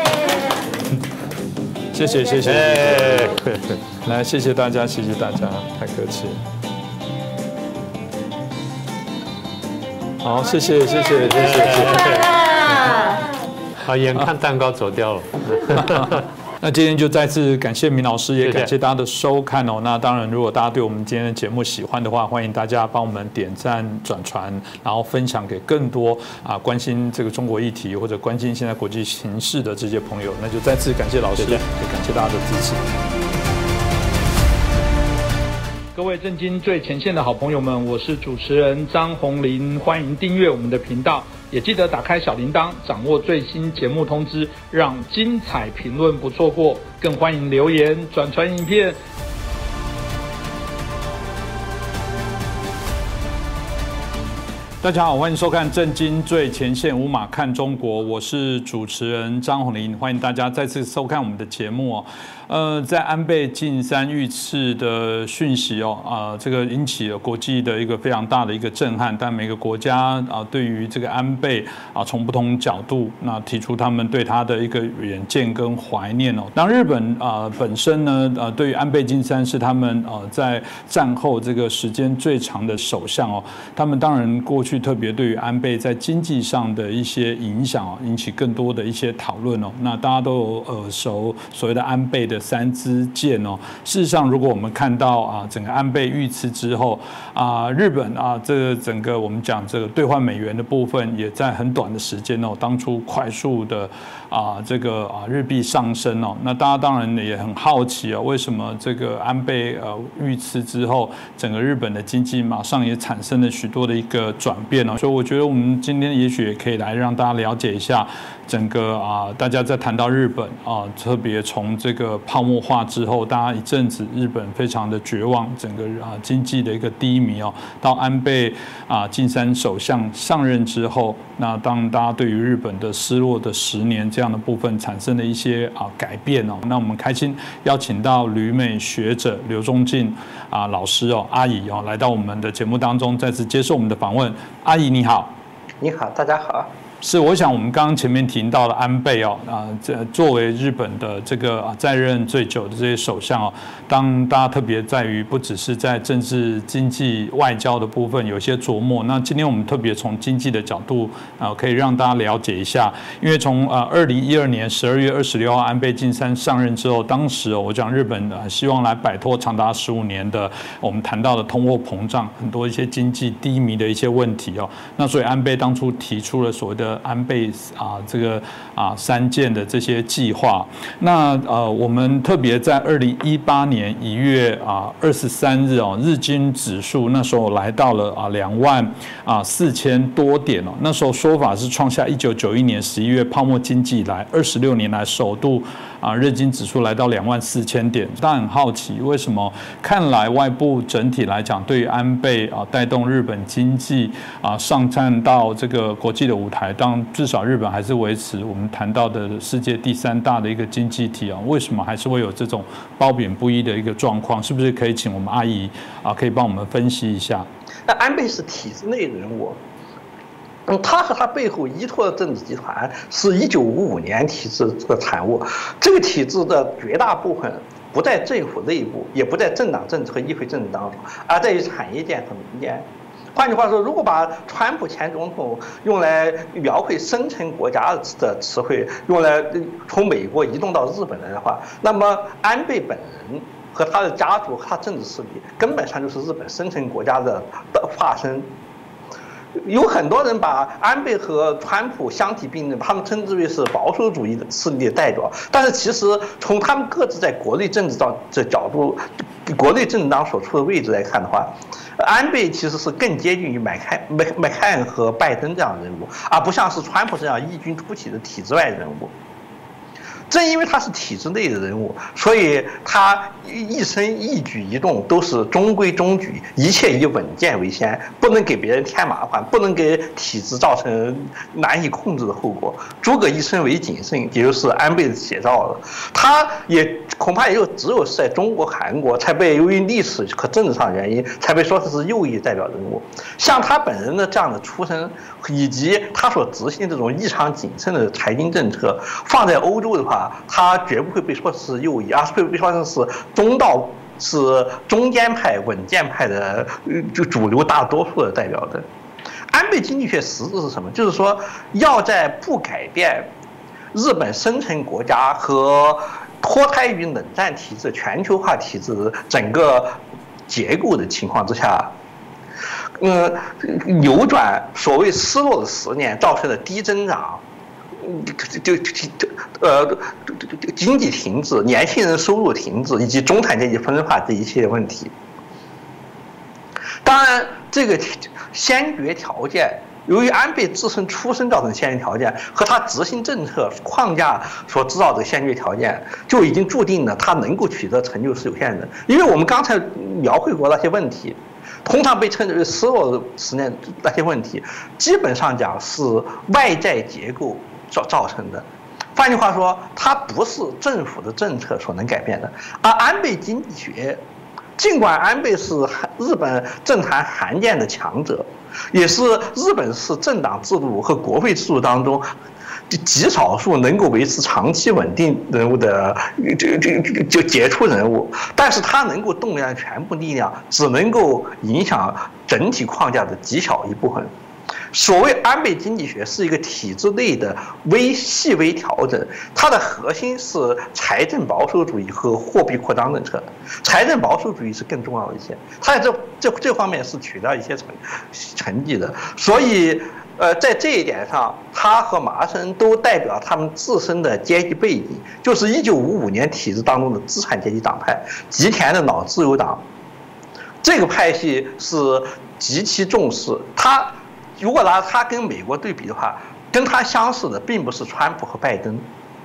谢谢谢谢， 哎， 来谢谢大家，谢谢大家，太客气。好，谢谢谢谢谢谢谢谢。 好，眼看蛋糕走掉了。 那今天就再次感谢明老师，也谢谢感谢大家的收看哦。那当然，如果大家对我们今天的节目喜欢的话，欢迎大家帮我们点赞、转传，然后分享给更多啊关心这个中国议题或者关心现在国际形势的这些朋友。那就再次感谢老师， 谢谢也感谢大家的支持。各位震惊最前线的好朋友们，我是主持人张宏林，欢迎订阅我们的频道，也记得打开小铃铛，掌握最新节目通知，让精彩评论不错过，更欢迎留言、转传影片。大家好，欢迎收看《震惊最前线》，无马看中国，我是主持人张宏林，欢迎大家再次收看我们的节目哦。呃，在安倍晋三遇刺的讯息哦，啊、呃，这个引起了国际的一个非常大的一个震撼。但每个国家啊、呃，对于这个安倍啊，从不同角度那提出他们对他的一个远见跟怀念哦。当日本啊、呃、本身呢，呃，对于安倍晋三是他们呃在战后这个时间最长的首相哦，他们当然过去特别对于安倍在经济上的一些影响哦，引起更多的一些讨论哦。那大家都有耳熟所谓的安倍的三支箭哦。事实上，如果我们看到啊，整个安倍遇刺之后啊，日本啊，这个整个我们讲这个兑换美元的部分，也在很短的时间哦，当初快速的啊这个啊日币上升哦。那大家当然也很好奇啊，为什么这个安倍呃遇刺之后，整个日本的经济马上也产生了许多的一个转变哦，所以我觉得我们今天也许也可以来让大家了解一下整个啊，大家在谈到日本啊，特别从这个泡沫化之后，大家一阵子日本非常的绝望，整个啊经济的一个低迷哦，到安倍啊晋三首相上任之后，那当大家对于日本的失落的十年这样的部分产生了一些啊改变哦，那我们开心邀请到旅美学者刘忠进啊老师哦，阿姨哦来到我们的节目当中，再次接受我们的访问。阿姨你好。 你好，大家好。 是，我想我们刚刚前面提到了安倍哦，啊，这作为日本的这个啊在任最久的这些首相哦，当大家特别在于不只是在政治、经济、外交的部分有些琢磨，那今天我们特别从经济的角度啊，可以让大家了解一下，因为从啊二零一二年十二月二十六号安倍晋三上任之后，当时哦，我讲日本啊希望来摆脱长达十五年的我们谈到的通货膨胀，很多一些经济低迷的一些问题哦，那所以安倍当初提出了所谓的安倍啊，这个啊三件的这些计划，那呃，我们特别在二零一八年一月啊二十三日哦，日经指数那时候来到了啊两万啊四千多点哦，那时候说法是创下一九九一年十一月泡沫经济以来二十六年来首度啊日经指数来到两万四千点，大家很好奇为什么？看来外部整体来讲，对于安倍啊带动日本经济啊上站到这个国际的舞台，当至少日本还是维持我们谈到的世界第三大的一个经济体啊，为什么还是会有这种褒贬不一的一个状况？是不是可以请我们阿姨啊，可以帮我们分析一下？ 那安倍是体制内人物，嗯，他和他背后依托的政治集团是一九五五年体制的产物，这个体制的绝大部分不在政府内部，也不在政党政治和议会政治当中，而在于产业界和民间。换句话说，如果把川普前总统用来描绘深层国家的词汇，用来从美国移动到日本来的话，那么安倍本人和他的家族和他政治势力根本上就是日本深层国家的的化身。有很多人把安倍和川普相提并论，他们称之为是保守主义的势力的代表。但是其实从他们各自在国内政治上这角度，国内政治当中所处的位置来看的话，安倍其实是更接近于麦凯麦麦凯恩和拜登这样的人物，而不像是川普这样异军突起的体制外人物。正因为他是体制内的人物，所以他一生一举一动都是中规中矩，一切以稳健为先，不能给别人添麻烦，不能给体制造成难以控制的后果。诸葛一生为谨慎，也就是安倍的写照了。他也恐怕也就只有是在中国、韩国才被由于历史和政治上原因才被说是右翼代表人物。像他本人的这样的出身，以及他所执行这种异常谨慎的财经政策，放在欧洲的话，他绝不会被说是右翼，而是会被说成是中道、是中间派、稳健派的就主流大多数的代表的。安倍经济学实质是什么？就是说要在不改变日本深层国家和脱胎于冷战体制、全球化体制整个结构的情况之下，嗯，扭转所谓失落的十年造成的低增长，就就呃经济停滞、年轻人收入停滞以及中产阶级分化这一系列问题。当然，这个先决条件，由于安倍自身出身造成先决条件和他执行政策框架所制造的先决条件，就已经注定了他能够取得成就是有限的。因为我们刚才描绘过那些问题，通常被称之为失落的十年那些问题，基本上讲是外在结构所造成的。换句话说，它不是政府的政策所能改变的。而安倍经济学，尽管安倍是日本政坛罕见的强者，也是日本是政党制度和国会制度当中极少数能够维持长期稳定人物的这这这就杰出人物，但是他能够动员全部力量，只能够影响整体框架的极小一部分。所谓安倍经济学是一个体制内的微细微调整，它的核心是财政保守主义和货币扩张政策。财政保守主义是更重要的一些，它在这这这方面是取得一些成成绩的。所以，呃，在这一点上，他和麻生都代表他们自身的阶级背景，就是一九五五年体制当中的资产阶级党派，吉田的老自由党。这个派系是极其重视他。 如果拿他跟美国对比的话，跟他相似的并不是川普和拜登，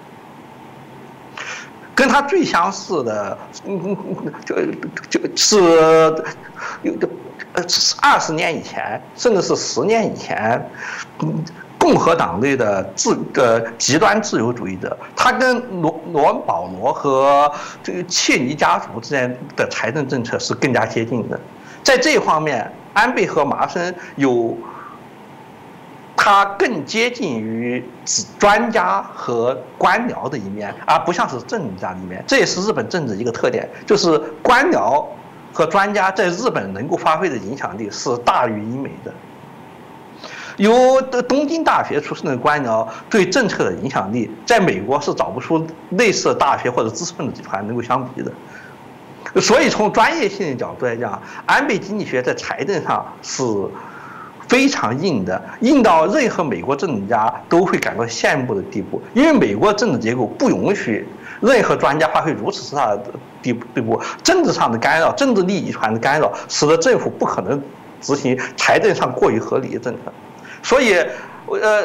跟他最相似的，嗯，就就是有的呃二十年以前，甚至是十年以前，嗯。共和党内的自的极端自由主义者，他跟罗罗保罗和这个切尼家族之间的财政政策是更加接近的。在这一方面，安倍和麻生有他更接近于专家和官僚的一面，而不像是政治家的一面。这也是日本政治一个特点，就是官僚和专家在日本能够发挥的影响力是大于英美的。由东京大学出身的官僚对政策的影响力，在美国是找不出类似的大学或者知识分子集团能够相比的。所以从专业性的角度来讲，安倍经济学在财政上是非常硬的，硬到任何美国政治家都会感到羡慕的地步。因为美国政治结构不允许任何专家发挥如此之大的地地步，政治上的干扰、政治利益团的干扰，使得政府不可能执行财政上过于合理的政策。所以，呃，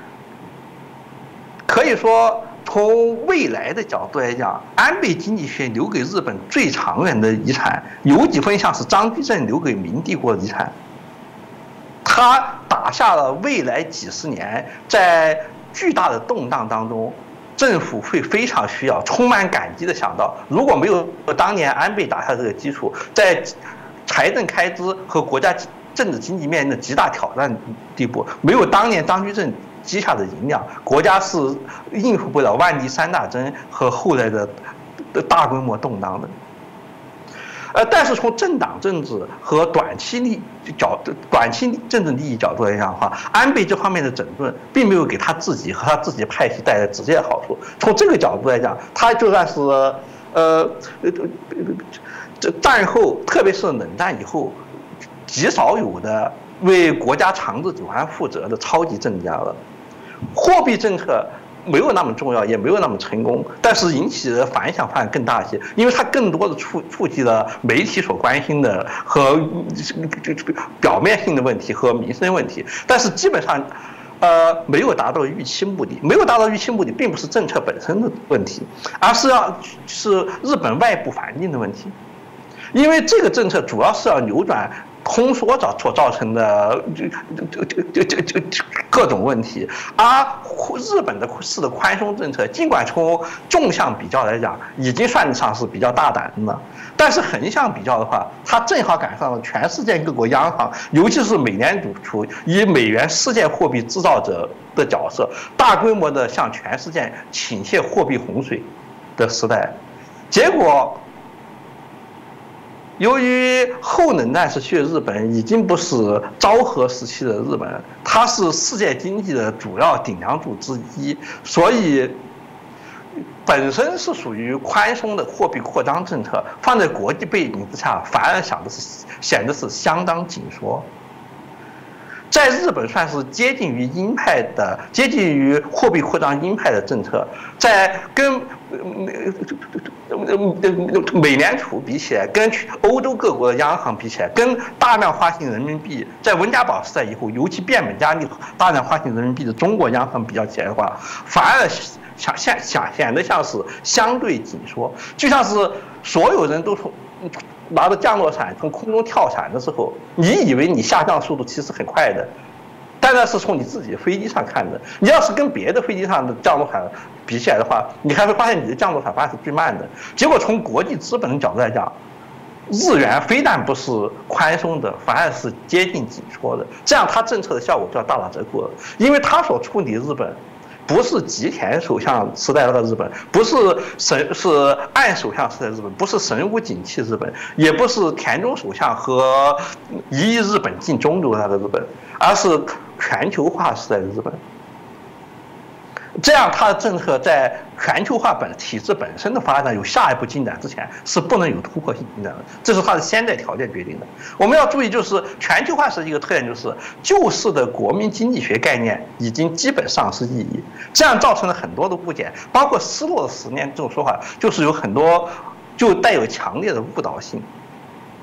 可以说从未来的角度来讲，安倍经济学留给日本最长远的遗产，有几分像是张居正留给明帝国的遗产。他打下了未来几十年在巨大的动荡当中，政府会非常需要、充满感激的想到，如果没有当年安倍打下这个基础，在财政开支和国家政治经济面临的极大挑战地步，没有当年张居正积下的银两，国家是应付不了万历三大征和后来的大规模动荡的。呃，但是从政党政治和短期利角、短期政治利益角度来讲的话，安倍这方面的整顿并没有给他自己和他自己派系带来直接的好处。从这个角度来讲，他就算是呃这战后，特别是冷战以后，极少有的为国家长治久安负责的超级政治家了。货币政策没有那么重要，也没有那么成功，但是引起的反响反而更大一些，因为它更多的触触及了媒体所关心的和表面性的问题和民生问题，但是基本上，呃，没有达到预期目的。没有达到预期目的，并不是政策本身的问题，而是要是日本外部环境的问题，因为这个政策主要是要扭转通缩造所造成的这这这这这各种问题，而日本的式的宽松政策，尽管从纵向比较来讲，已经算得上是比较大胆的了，但是横向比较的话，它正好赶上了全世界各国央行，尤其是美联储处以美元世界货币制造者的角色，大规模的向全世界倾泻货币洪水的时代，结果。由于后冷战时期的日本已经不是昭和时期的日本，它是世界经济的主要顶梁柱之一，所以本身是属于宽松的货币扩张政策，放在国际背景之下，反而想的是显得是相当紧缩。在日本算是接近于鹰派的、接近于货币扩张鹰派的政策，在跟美联储比起来，跟欧洲各国的央行比起来，跟大量发行人民币，在温家宝时代以后，尤其变本加厉大量发行人民币的中国央行比较起来的话，反而想显显显得像是相对紧缩，就像是所有人都从拿着降落伞从空中跳伞的时候，你以为你下降速度其实很快的，但那是从你自己的飞机上看的。你要是跟别的飞机上的降落伞比起来的话，你还会发现你的降落伞反而是最慢的。结果从国际资本的角度来讲，日元非但不是宽松的，反而是接近紧缩的，这样它政策的效果就要大打折扣了，因为它所处理的日本。不是吉田首相时代的日本，不是神是岸首相时代的日本，不是神武景气日本，也不是田中首相和一亿日本进中流那个日本，而是全球化时代的日本。这样，它的政策在全球化本体制本身的发展有下一步进展之前，是不能有突破性进展的，这是它的先在条件决定的。我们要注意，就是全球化是一个特点，就是旧式的国民经济学概念已经基本丧失意义，这样造成了很多的误解，包括失落的十年这种说法，就是有很多就带有强烈的误导性。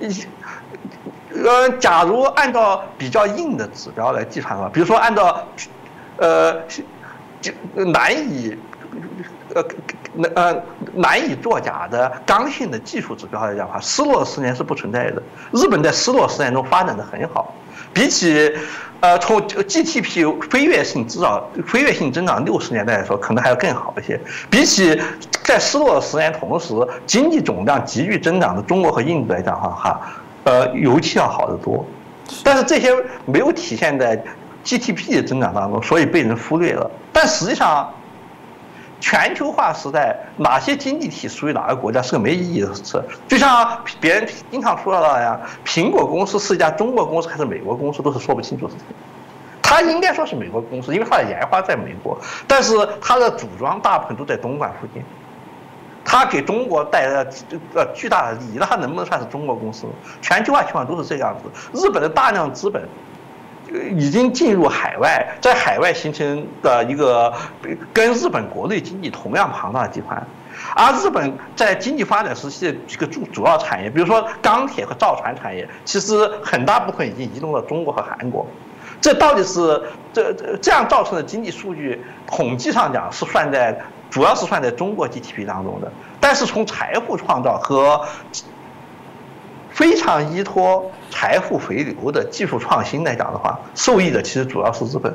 呃，假如按照比较硬的指标来计算的话，比如说按照呃就难以呃呃难以作假的刚性的技术指标来讲的话，失落十年是不存在的。日本在失落十年中发展的很好，比起呃从 G D P 飞跃性增长飞跃性增长六十年代来说，可能还要更好一些。比起在失落十年同时经济总量急剧增长的中国和印度来讲的话，哈，呃尤其要好得多。但是这些没有体现在 G D P 的增长当中，所以被人忽略了。但实际上，全球化时代，哪些经济体属于哪个国家是个没意义的事。就像别人经常说的那样，苹果公司是一家中国公司还是美国公司，都是说不清楚的事情。它应该说是美国公司，因为它的研发在美国，但是它的组装大部分都在东莞附近。它给中国带来了呃巨大的利益，那它能不能算是中国公司？全球化情况都是这样子。日本的大量资本已经进入海外，在海外形成的一个跟日本国内经济同样庞大的集团，而日本在经济发展时期的几个主主要产业，比如说钢铁和造船产业，其实很大部分已经移动到中国和韩国。这到底是这这样造成的经济数据，统计上讲是算在主要是算在中国 G D P 当中的，但是从财富创造和非常依托财富回流的技术创新来讲的话，受益的其实主要是日本。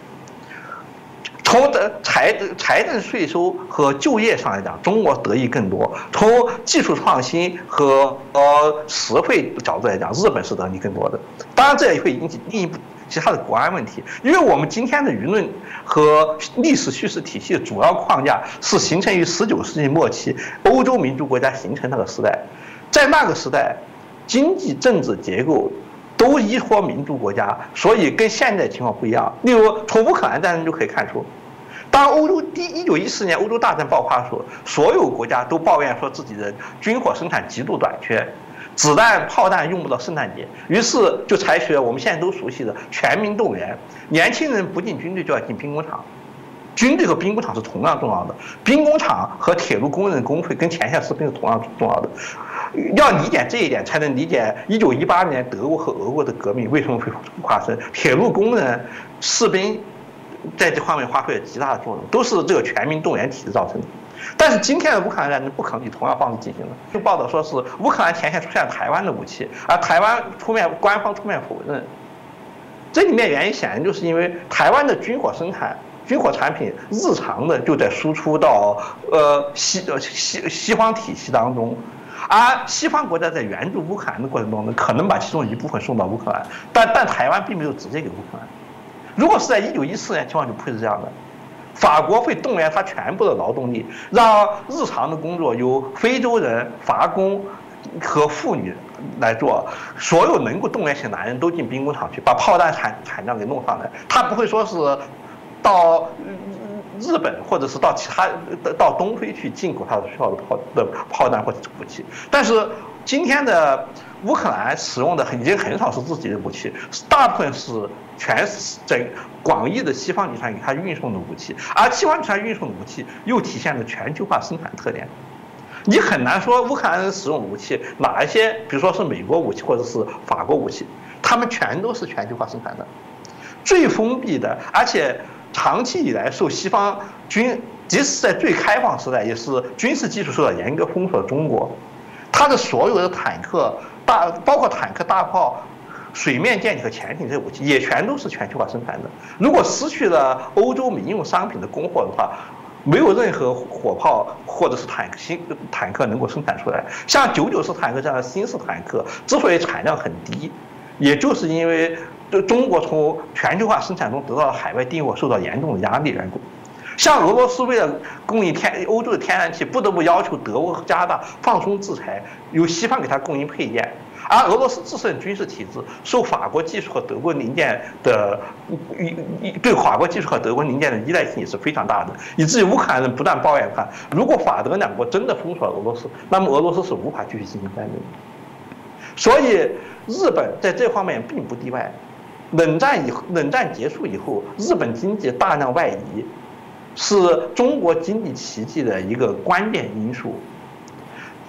从财财政税收和就业上来讲，中国得益更多；从技术创新和呃实惠角度来讲，日本是得益更多的。当然，这也会引起另一步其他的国安问题，因为我们今天的舆论和历史叙事体系的主要框架是形成于十九世纪末期欧洲民族国家形成那个时代，在那个时代，经济政治结构都依托民族国家，所以跟现在情况不一样。例如，从乌克兰战争就可以看出，当欧洲第一九一四年欧洲大战爆发的时候，所有国家都抱怨说自己的军火生产极度短缺，子弹、炮弹用不到圣诞节，于是就采取了我们现在都熟悉的全民动员，年轻人不进军队就要进兵工厂。军队和兵工厂是同样重要的，兵工厂和铁路工人工会跟前线士兵是同样重要的。要理解这一点，才能理解一九一八年德国和俄国的革命为什么会发生。铁路工人、士兵在这方面发挥了极大的作用，都是这个全民动员体制造成的。但是今天的乌克兰战争不可能以同样方式进行了。就报道说是乌克兰前线出现台湾的武器，而台湾出面官方出面否认。这里面原因显然就是因为台湾的军火生产。军火产品日常的就在输出到呃西呃西西方体系当中，而西方国家在援助乌克兰的过程中呢，可能把其中一部分送到乌克兰，但但台湾并没有直接给乌克兰。如果是在一九一四年，情况就不会是这样的。法国会动员他全部的劳动力，让日常的工作由非洲人、乏工和妇女来做，所有能够动员起男人都进兵工厂去，把炮弹产产量给弄上来。他不会说是到日本或者是到其他到东非去进口它的需要的炮的炮弹或者武器，但是今天的乌克兰使用的已经很少是自己的武器，大部分是全整广义的西方集团给它运送的武器，而西方集团运送的武器又体现了全球化生产特点。你很难说乌克兰人使用的武器哪一些，比如说是美国武器或者是法国武器，他们全都是全球化生产的，最封闭的，而且长期以来受西方军，即使在最开放时代，也是军事技术受到严格封锁的中国，它的所有的坦克、大包括坦克、大炮、水面舰艇和潜艇这些武器，也全都是全球化生产的。如果失去了欧洲民用商品的供货的话，没有任何火炮或者是坦克新坦克能够生产出来。像九九式坦克这样的新式坦克，之所以产量很低，也就是因为中国从全球化生产中得到了海外订货受到严重的压力缘故。像俄罗斯为了供应天欧洲的天然气，不得不要求德国和加拿大放松制裁，由西方给它供应配件。而俄罗斯自身军事体制受法国技术和德国零件的对法国技术和德国零件的依赖性也是非常大的，以至于乌克兰人不断抱怨看，如果法德两国真的封锁了俄罗斯，那么俄罗斯是无法继续进行战争的。所以日本在这方面并不例外。冷战以冷战结束以后，日本经济大量外移，是中国经济奇迹的一个关键因素。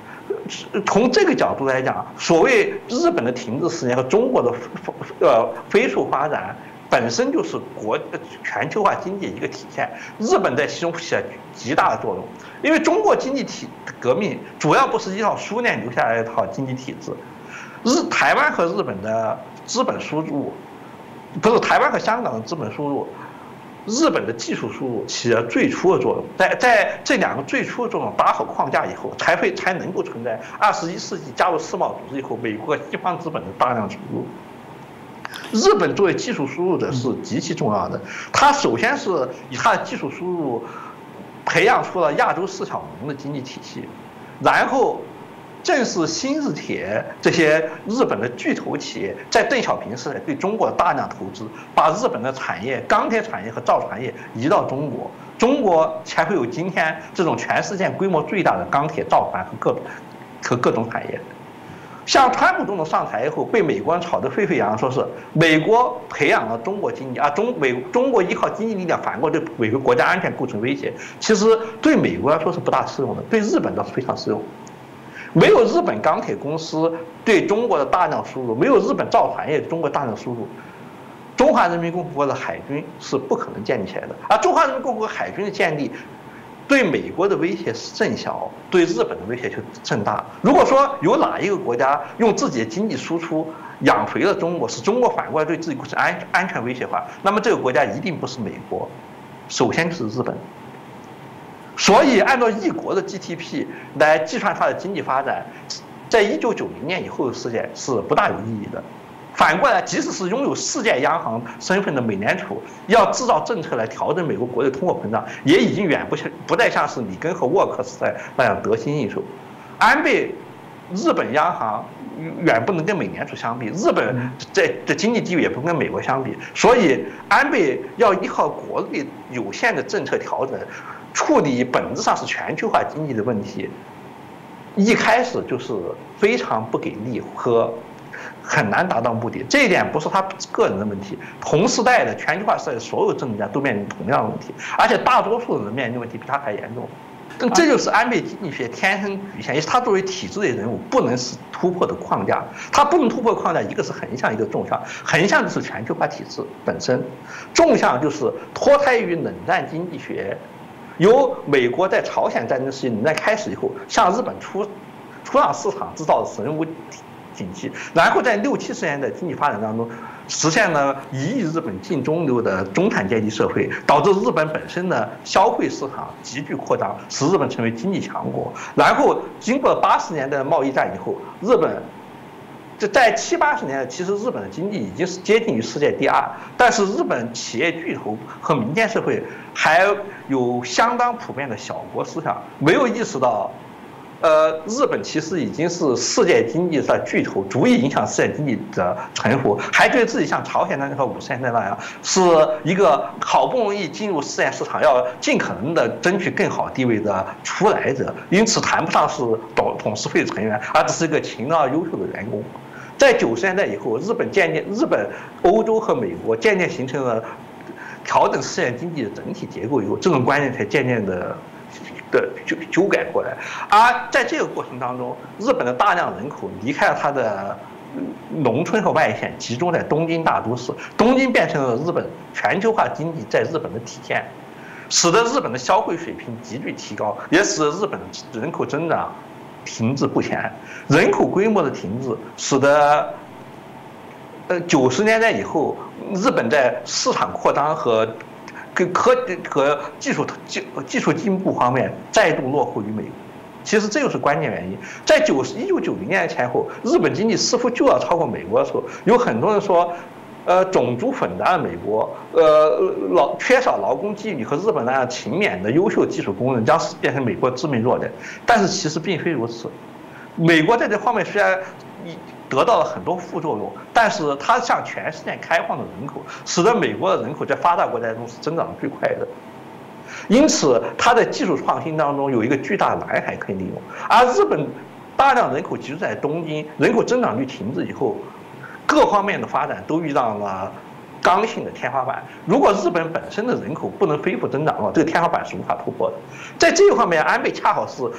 从这个角度来讲，所谓日本的停滞十年和中国的呃飞速发展，本身就是国全球化经济一个体现。日本在其中起了极大的作用，因为中国经济体革命主要不是依靠苏联留下来的一套经济体制，日台湾和日本的资本输入，不是台湾和香港的资本输入。日本的技术输入起了最初的作用，在在这两个最初的作用打好框架以后，才会才能够存在二十一世纪加入世贸组织以后，美国和西方资本的大量输入。日本作为技术输入者是极其重要的，它首先是以它的技术输入培养出了亚洲四小龙的经济体系，然后正是新日铁这些日本的巨头企业在邓小平时代对中国的大量投资，把日本的产业、钢铁产业和造船业移到中国，中国才会有今天这种全世界规模最大的钢铁、造船和各种和各种产业。像川普总统上台以后，被美国人炒得沸沸扬扬，说是美国培养了中国经济啊，中美中国依靠经济力量反过对美国国家安全构成威胁。其实对美国来说是不大适用的，对日本倒是非常适用。没有日本钢铁公司对中国的大量输入，没有日本造船业中国大量输入，中华人民共和国的海军是不可能建立起来的。而中华人民共和国海军的建立，对美国的威胁是甚小，对日本的威胁就甚大。如果说有哪一个国家用自己的经济输出养肥了中国，使中国反过来对自己构成安安全威胁的话，那么这个国家一定不是美国，首先就是日本。所以，按照一国的 G D P 来计算它的经济发展，在一九九零年以后的世界是不大有意义的。反过来，即使是拥有世界央行身份的美联储，要制造政策来调整美国国内通货膨胀，也已经远不像不再像是里根和沃克时代那样得心应手。安倍，日本央行远不能跟美联储相比，日本在的经济地位也不跟美国相比，所以安倍要依靠国内有限的政策调整。处理本质上是全球化经济的问题，一开始就是非常不给力和很难达到目的。这一点不是他个人的问题，同时代的全球化时代的所有政治家都面临同样的问题，而且大多数人的面临的问题比他还严重。但这就是安倍经济学天生局限，也是他作为体制的人物不能是突破的框架。他不能突破框架，一个是横向，一个纵向。横向就是全球化体制本身，纵向就是脱胎于冷战经济学。由美国在朝鲜战争时期冷战开始以后，向日本出出让市场制造的神无体系，然后在六七十年代经济发展当中，实现了一亿日本进中流的中产阶级社会，导致日本本身的消费市场急剧扩张，使日本成为经济强国。然后经过八十年代的贸易战以后，日本。就在七八十年代，其实日本的经济已经是接近于世界第二，但是日本企业巨头和民间社会还有相当普遍的小国思想，没有意识到，呃，日本其实已经是世界经济的巨头，足以影响世界经济的存活，还觉得自己像朝鲜战争和五十年代那样，是一个好不容易进入世界市场，要尽可能的争取更好地位的出来者，因此谈不上是董董事会成员，而只是一个勤劳优秀的员工。在九十年代以后，日本渐渐、日本、欧洲和美国渐渐形成了调整世界经济的整体结构以后，这种观念才渐渐的的修修改过来。而在这个过程当中，日本的大量人口离开了它的农村和外县，集中在东京大都市，东京变成了日本全球化经济在日本的体现，使得日本的消费水平急剧提高，也使得日本的人口增长停滞不前。人口规模的停滞，使得呃九十年代以后，日本在市场扩张和跟科和技术技技术进步方面再度落后于美国。其实这就是关键原因。在九十一九九零年前后，日本经济似乎就要超过美国的时候，有很多人说，呃，种族混杂的美国，呃，劳缺少劳工纪律和日本那样勤勉的优秀技术工人将变成美国致命弱点。但是其实并非如此。美国在这方面虽然得到了很多副作用，但是它向全世界开放的人口，使得美国的人口在发达国家中是增长最快的。因此，它在技术创新当中有一个巨大的蓝海可以利用。而日本大量人口集中在东京，人口增长率停滞以后，各方面的发展都遇到了刚性的天花板。如果日本本身的人口不能恢复增长的话，这个天花板是无法突破的。在这一方面，安倍恰好是。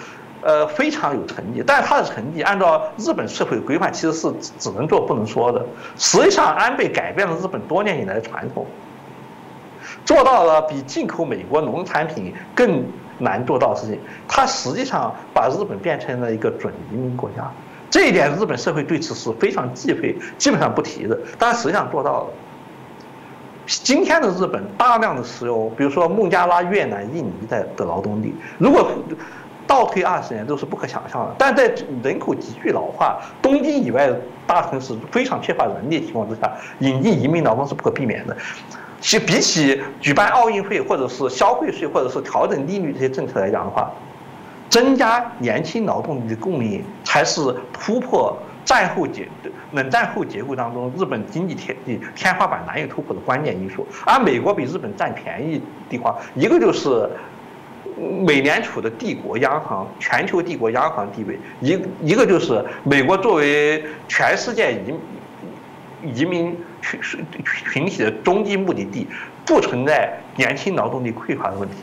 呃非常有成绩，但是他的成绩按照日本社会规范其实是只能做不能说的。实际上，安倍改变了日本多年以来的传统，做到了比进口美国农产品更难做到的事情。他实际上把日本变成了一个准移民国家，这一点日本社会对此是非常忌讳，基本上不提的，但实际上做到了。今天的日本大量的使用，比如说孟加拉、越南、印尼的的劳动力，如果倒退二十年都是不可想象的。但在人口急剧老化、东京以外的大城市非常缺乏人力的情况之下，引进移民劳动是不可避免的。其比起举办奥运会或者是消费税或者是调整利率这些政策来讲的话，增加年轻劳动力的供应才是突破战后结冷战后结构当中日本经济天天花板难以突破的关键因素。而美国比日本占便宜的地方，一个就是美联储的帝国央行、全球帝国央行地位，一一个就是美国作为全世界移移民群群体的终极目的地，不存在年轻劳动力匮乏的问题。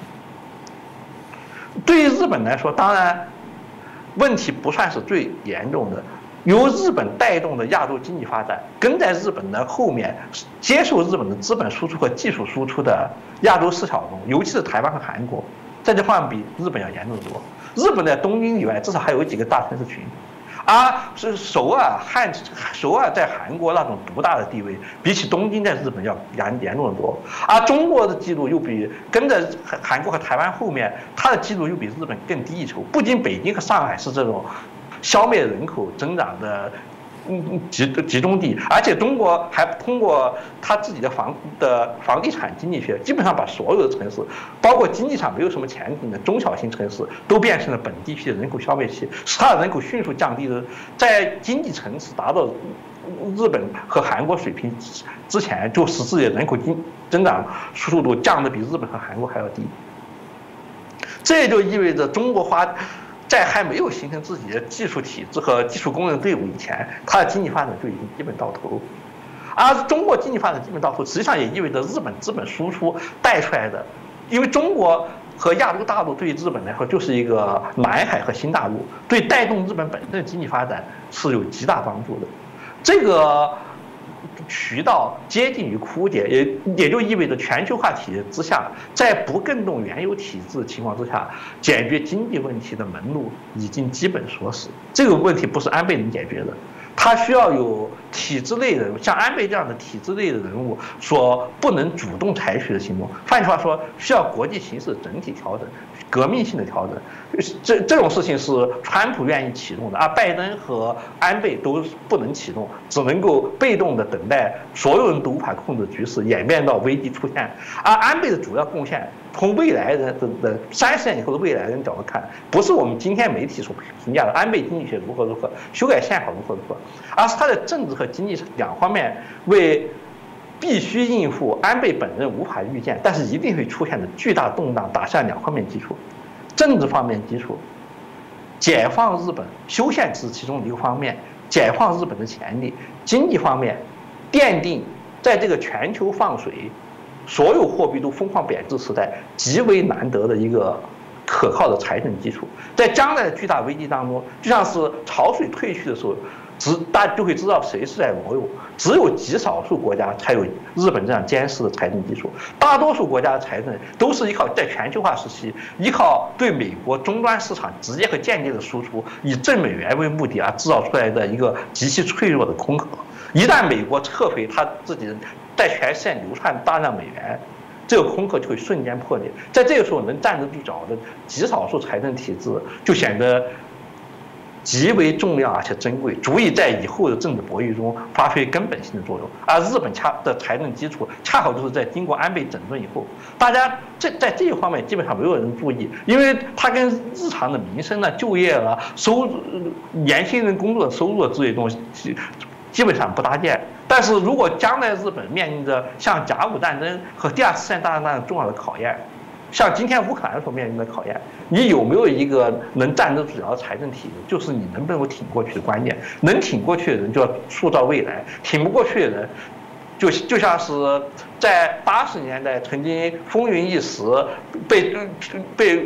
对于日本来说，当然问题不算是最严重的。由日本带动的亚洲经济发展，跟在日本的后面接受日本的资本输出和技术输出的亚洲四小龙，尤其是台湾和韩国，在这方面比日本要严重得多。日本在东京以外，至少还有几个大城市群，而是首尔、汉首尔在韩国那种独大的地位，比起东京在日本要严严重得多。而中国的记录又比跟着韩国和台湾后面，它的记录又比日本更低一筹。不仅北京和上海是这种消灭人口增长的嗯集集中地，而且中国还通过他自己的房的房地产经济学，基本上把所有的城市，包括经济上没有什么前景的中小型城市，都变成了本地区的人口消灭区，使它的人口迅速降低的，在经济层次达到日本和韩国水平之前，就使自己的人口经增长速度降得比日本和韩国还要低。这也就意味着中国花。在还没有形成自己的技术体制和技术工人队伍以前，它的经济发展就已经基本到头。而中国经济发展基本到头，实际上也意味着日本资本输出带出来的，因为中国和亚洲大陆对于日本来说就是一个南海和新大陆，对带动日本本身的经济发展是有极大帮助的。这个渠道接近于枯竭，也也就意味着全球化体制之下，在不更动原有体制的情况之下，解决经济问题的门路已经基本锁死。这个问题不是安倍能解决的，他需要有体制内的，像安倍这样的体制内的人物所不能主动采取的行动。换句话说，需要国际形势整体调整，革命性的调整。这这种事情是川普愿意启动的，而拜登和安倍都不能启动，只能够被动的等待所有人都无法控制局势演变到危机出现。而安倍的主要贡献，从未来人的的三十年以后的未来人角度看，不是我们今天媒体所评价的安倍经济学如何如何，修改宪法如何如何，而是他在政治和经济两方面为必须应付安倍本人无法预见，但是一定会出现的巨大动荡打下两方面基础。政治方面基础，解放日本修宪只是其中的一个方面，解放日本的潜力；经济方面，奠定在这个全球放水、所有货币都疯狂贬值时代极为难得的一个可靠的财政基础。在将来的巨大危机当中，就像是潮水退去的时候，只大家就会知道谁是在裸泳。只有极少数国家才有日本这样坚实的财政基础，大多数国家的财政都是依靠在全球化时期依靠对美国终端市场直接和间接的输出，以挣美元为目的而制造出来的一个极其脆弱的空壳。一旦美国撤回他自己在全世界流窜大量美元，这个空壳就会瞬间破裂。在这个时候，能站得住脚的极少数财政体制就显得极为重要而且珍贵，足以在以后的政治博弈中发挥根本性的作用。而日本恰的财政基础恰好就是在经过安倍整顿以后，大家这在这一方面基本上没有人注意，因为它跟日常的民生呢、就业了、收入、年轻人工作的收入这些东西基本上不搭界。但是如果将来日本面临着像甲午战争和第二次世界大战那样重要的考验，像今天乌克兰所面临的考验，你有没有一个能站得住脚的财政体制，就是你能不能够挺过去的关键。能挺过去的人就要塑造未来，挺不过去的人，就就像是在八十年代曾经风云一时，被被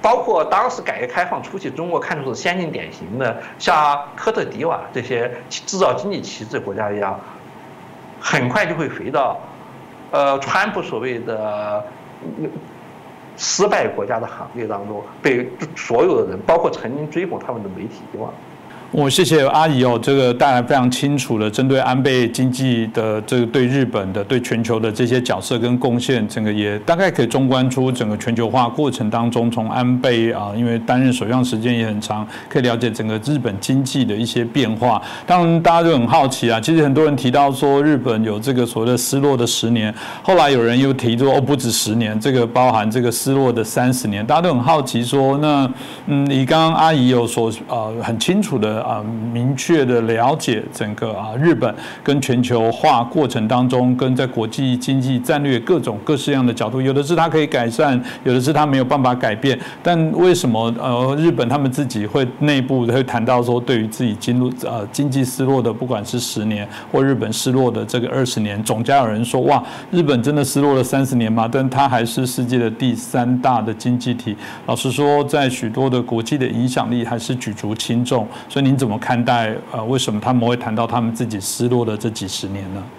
包括当时改革开放初期，中国看作是先进典型的，像科特迪瓦这些制造经济旗帜国家一样，很快就会回到，呃，川普所谓的失败国家的行列当中，被所有的人，包括曾经追捧他们的媒体遗忘。 我谢谢阿姨哦，这个带来非常清楚的针对安倍经济的这个对日本的、对全球的这些角色跟贡献，整个也大概可以中观出整个全球化过程当中，从安倍啊，因为担任首相时间也很长，可以了解整个日本经济的一些变化。当然，大家就很好奇啊，其实很多人提到说日本有这个所谓的失落的十年，后来有人又提出哦，不止十年，这个包含这个失落的三十年，大家都很好奇说，那嗯，你刚刚阿姨有所呃很清楚的。啊，明确的了解整个啊日本跟全球化过程当中，跟在国际经济战略各种各式样的角度，有的是它可以改善，有的是它没有办法改变。但为什么呃日本他们自己会内部会谈到说，对于自己经入呃经济失落的，不管是十年或日本失落的这个二十年，总加有人说哇，日本真的失落了三十年吗？但它还是世界的第三大的经济体。老实说，在许多的国际的影响力还是举足轻重。所以您怎么看待呃为什么他们会谈到他们自己失落的这几十年呢？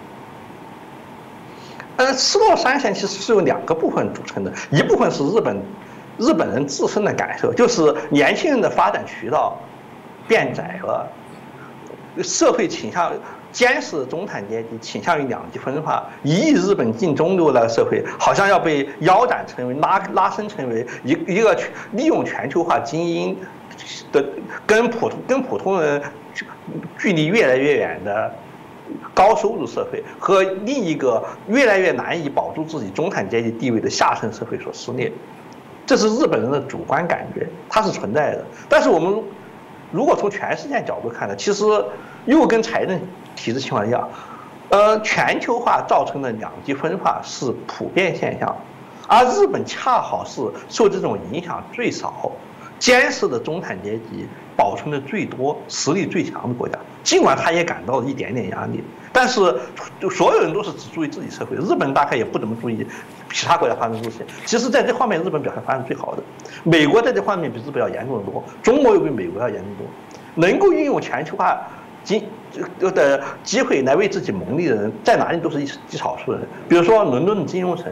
呃，失落三十年其实是由两个部分组成的，一部分是日本日本人自身的感受，就是年轻人的发展渠道变窄了，社会倾向坚实的中产阶级倾向于两极分化，一亿日本近中流的社会好像要被腰斩成为拉拉伸成为一一个利用全球化精英的跟普通跟普通人距离越来越远的高收入社会，和另一个越来越难以保住自己中产阶级地位的下层社会所撕裂。这是日本人的主观感觉，它是存在的。但是我们如果从全世界角度看呢，其实又跟财政体制情况一样，呃，全球化造成的两极分化是普遍现象，而日本恰好是受这种影响最少、坚实的中产阶级保存的最多、实力最强的国家。尽管他也感到了一点点压力，但是所有人都是只注意自己社会，日本大概也不怎么注意其他国家发生事情。其实在这方面，日本表现发展最好的。美国在这方面比日本要严重得多，中国又比美国要严重多。能够运用全球化经的机会来为自己谋利的人，在哪里都是极少数人。比如说伦敦的金融城，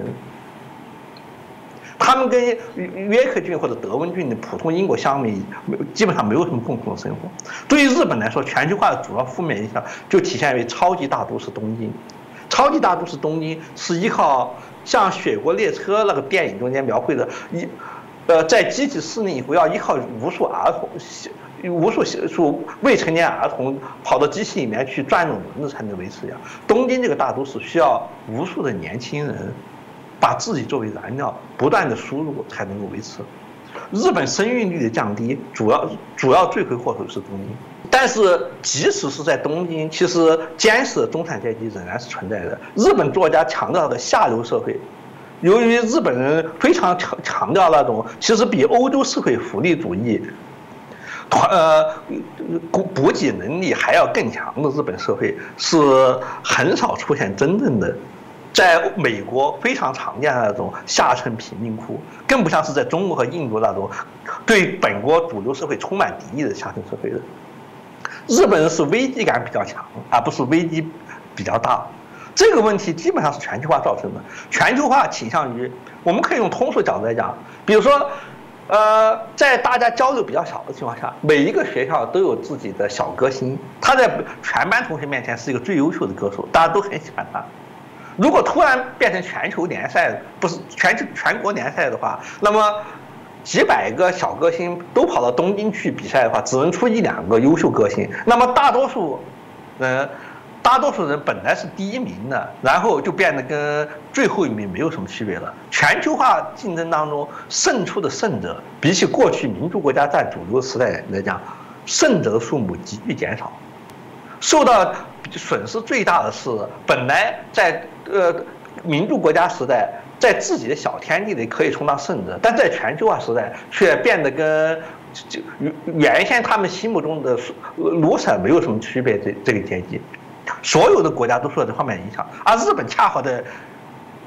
他们跟约克郡或者德温郡的普通英国乡民基本上没有什么共同的生活。对于日本来说，全球化的主要负面影响就体现为超级大都市东京。超级大都市东京是依靠像《雪国列车》那个电影中间描绘的，一呃在机器失灵以后要依靠无数儿童。无数数未成年儿童跑到机器里面去转动轮子才能维持呀。东京这个大都市需要无数的年轻人把自己作为燃料，不断的输入才能够维持。日本生育率的降低，主要主要罪魁祸首是东京。但是即使是在东京，其实坚实的中产阶级仍然是存在的。日本作家强调的下流社会，由于日本人非常强强调那种其实比欧洲社会福利主义。呃，补补给能力还要更强的日本社会是很少出现真正的，在美国非常常见的那种下层贫民窟，更不像是在中国和印度那种对本国主流社会充满敌意的下层社会的。日本人是危机感比较强，而不是危机比较大。这个问题基本上是全球化造成的。全球化倾向于，我们可以用通俗角度来讲，比如说。呃，在大家交流比较少的情况下，每一个学校都有自己的小歌星，他在全班同学面前是一个最优秀的歌手，大家都很喜欢他。如果突然变成全球联赛，不是全全国联赛的话，那么几百个小歌星都跑到东京去比赛的话，只能出一两个优秀歌星，那么大多数人。大多数人本来是第一名的，然后就变得跟最后一名没有什么区别了。全球化竞争当中，胜出的胜者，比起过去民主国家占主流时代来讲，胜者的数目急剧减少。受到损失最大的是，本来在呃民主国家时代，在自己的小天地里可以充当胜者，但在全球化时代却变得跟就原先他们心目中的卢舍没有什么区别。这这个阶级。所有的国家都受到这方面影响，而日本恰好在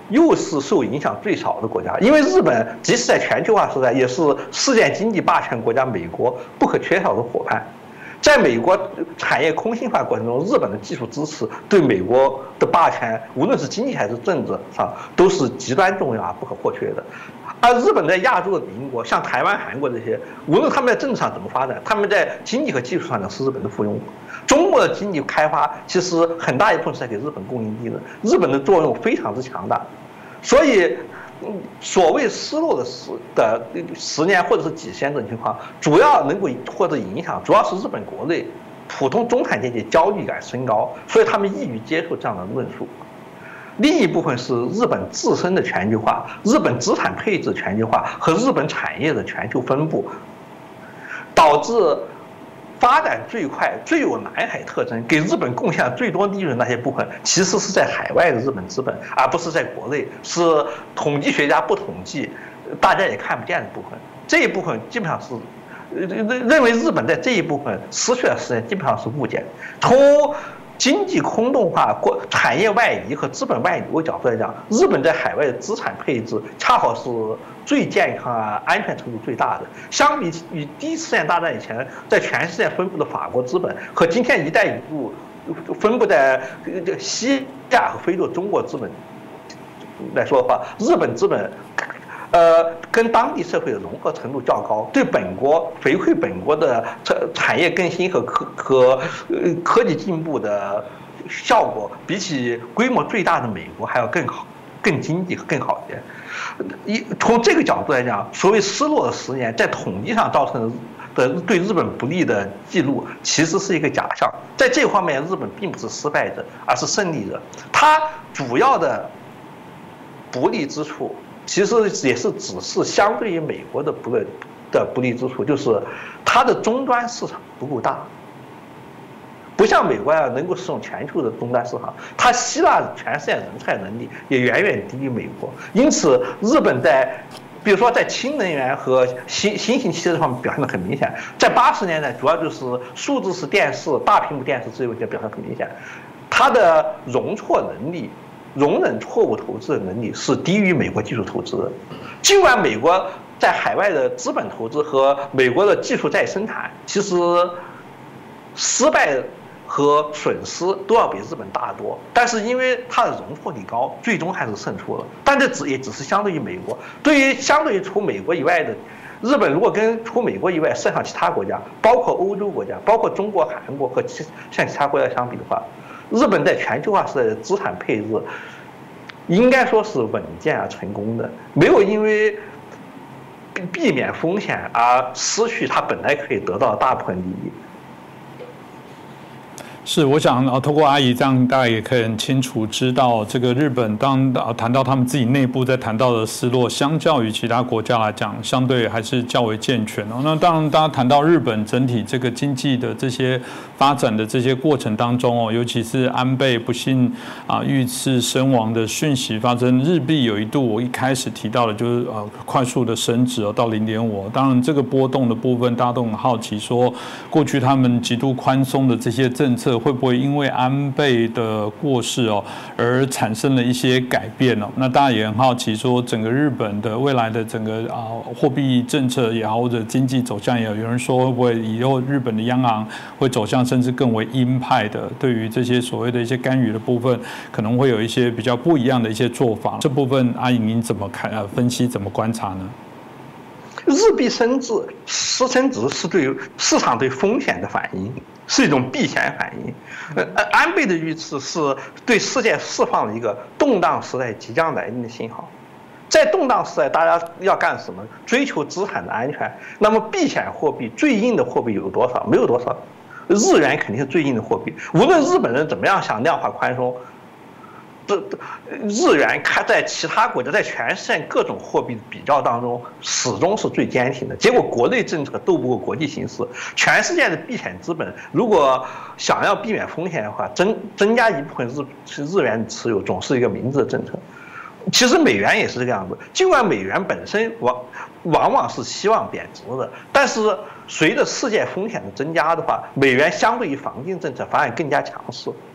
又是受影响最少的国家，因为日本即使在全球化时代，也是世界经济霸权国家美国不可缺少的伙伴。在美国产业空心化过程中，日本的技术支持对美国的霸权，无论是经济还是政治上，都是极端重要而不可或缺的。而日本在亚洲的邻国，像台湾、韩国这些，无论他们在政治上怎么发展，他们在经济和技术上呢是日本的附庸。中国的经济开发其实很大一部分是在给日本供应地的，日本的作用非常之强大。所以，所谓失落的十的十年或者是几十年这种情况，主要能够获得影响，主要是日本国内普通中产阶级焦虑感升高，所以他们易于接受这样的论述。另一部分是日本自身的全球化、日本资产配置全球化和日本产业的全球分布，导致发展最快、最有南海特征、给日本贡献最多利润的那些部分，其实是在海外的日本资本，而不是在国内，是统计学家不统计，大家也看不见的部分。这一部分基本上是认认为日本在这一部分失去的时间基本上是误解。从经济空洞化、国产业外移和资本外流角度来讲，日本在海外的资产配置恰好是最健康啊、安全程度最大的。相比于第一次世界大战以前在全世界分布的法国资本，和今天“一带一路”分布在西亚和非洲中国资本来说的话，日本资本。呃，跟当地社会的融合程度较高，对本国回馈本国的产业更新和科和呃科技进步的效果，比起规模最大的美国还要更好、更经济和更好一些。一从这个角度来讲，所谓失落的十年，在统计上造成的对日本不利的记录，其实是一个假象。在这方面，日本并不是失败者，而是胜利者。它主要的不利之处。其实也是只是相对于美国的不利的不利之处，就是它的终端市场不够大，不像美国啊能够使用全球的终端市场，它吸纳全世界人才能力也远远低于美国。因此，日本在比如说在氢能源和新新型汽车这方面表现得很明显。在八十年代，主要就是数字式电视、大屏幕电视这些问题表现得很明显，它的容错能力。容忍错误投资的能力是低于美国技术投资的，尽管美国在海外的资本投资和美国的技术再生产，其实失败和损失都要比日本大得多，但是因为它的容错率高，最终还是胜出了。但这只也只是相对于美国，对于相对于除美国以外的日本，如果跟除美国以外剩下其他国家，包括欧洲国家，包括中国、韩国和其像其他国家相比的话，日本在全球化时代的资产配置，应该说是稳健而成功的，没有因为避免风险而失去它本来可以得到的大部分利益。 是，我想啊，透过阿姨这样，大家也可以很清楚知道，这个日本当谈到他们自己内部在谈到的失落，相较于其他国家来讲，相对还是较为健全哦。那当然，大家谈到日本整体这个经济的这些发展的这些过程当中哦，尤其是安倍不幸啊遇刺身亡的讯息发生，日币有一度我一开始提到的就是呃快速的升值哦到零点五。当然，这个波动的部分大家都很好奇，说过去他们极度宽松的这些政策。会不会因为安倍的过世哦而产生了一些改变哦？那大家也很好奇，说整个日本的未来的整个啊货币政策也好，或者经济走向也好，有人说会不会以后日本的央行会走向甚至更为鹰派的，对于这些所谓的一些干预的部分，可能会有一些比较不一样的一些做法。这部分阿姨您怎么看？呃，分析怎么观察呢？ 日币升值、失升值是对市场对风险的反应，是一种避险反应。呃，安倍的遇刺是对世界释放了一个动荡时代即将来临的信号。在动荡时代，大家要干什么？追求资产的安全。那么避险货币最硬的货币有多少？没有多少。日元肯定是最硬的货币。无论日本人怎么样想量化宽松，这日元看在其他国家，在全世界各种货币的比较当中，始终是最坚挺的。结果国内政策斗不过国际形势，全世界的避险资本如果想要避免风险的话，增增加一部分日日元的持有，总是一个明智的政策。其实美元也是这个样子，尽管美元本身往往往是希望贬值的，但是随着世界风险的增加的话，美元相对于防定政策反而更加强势。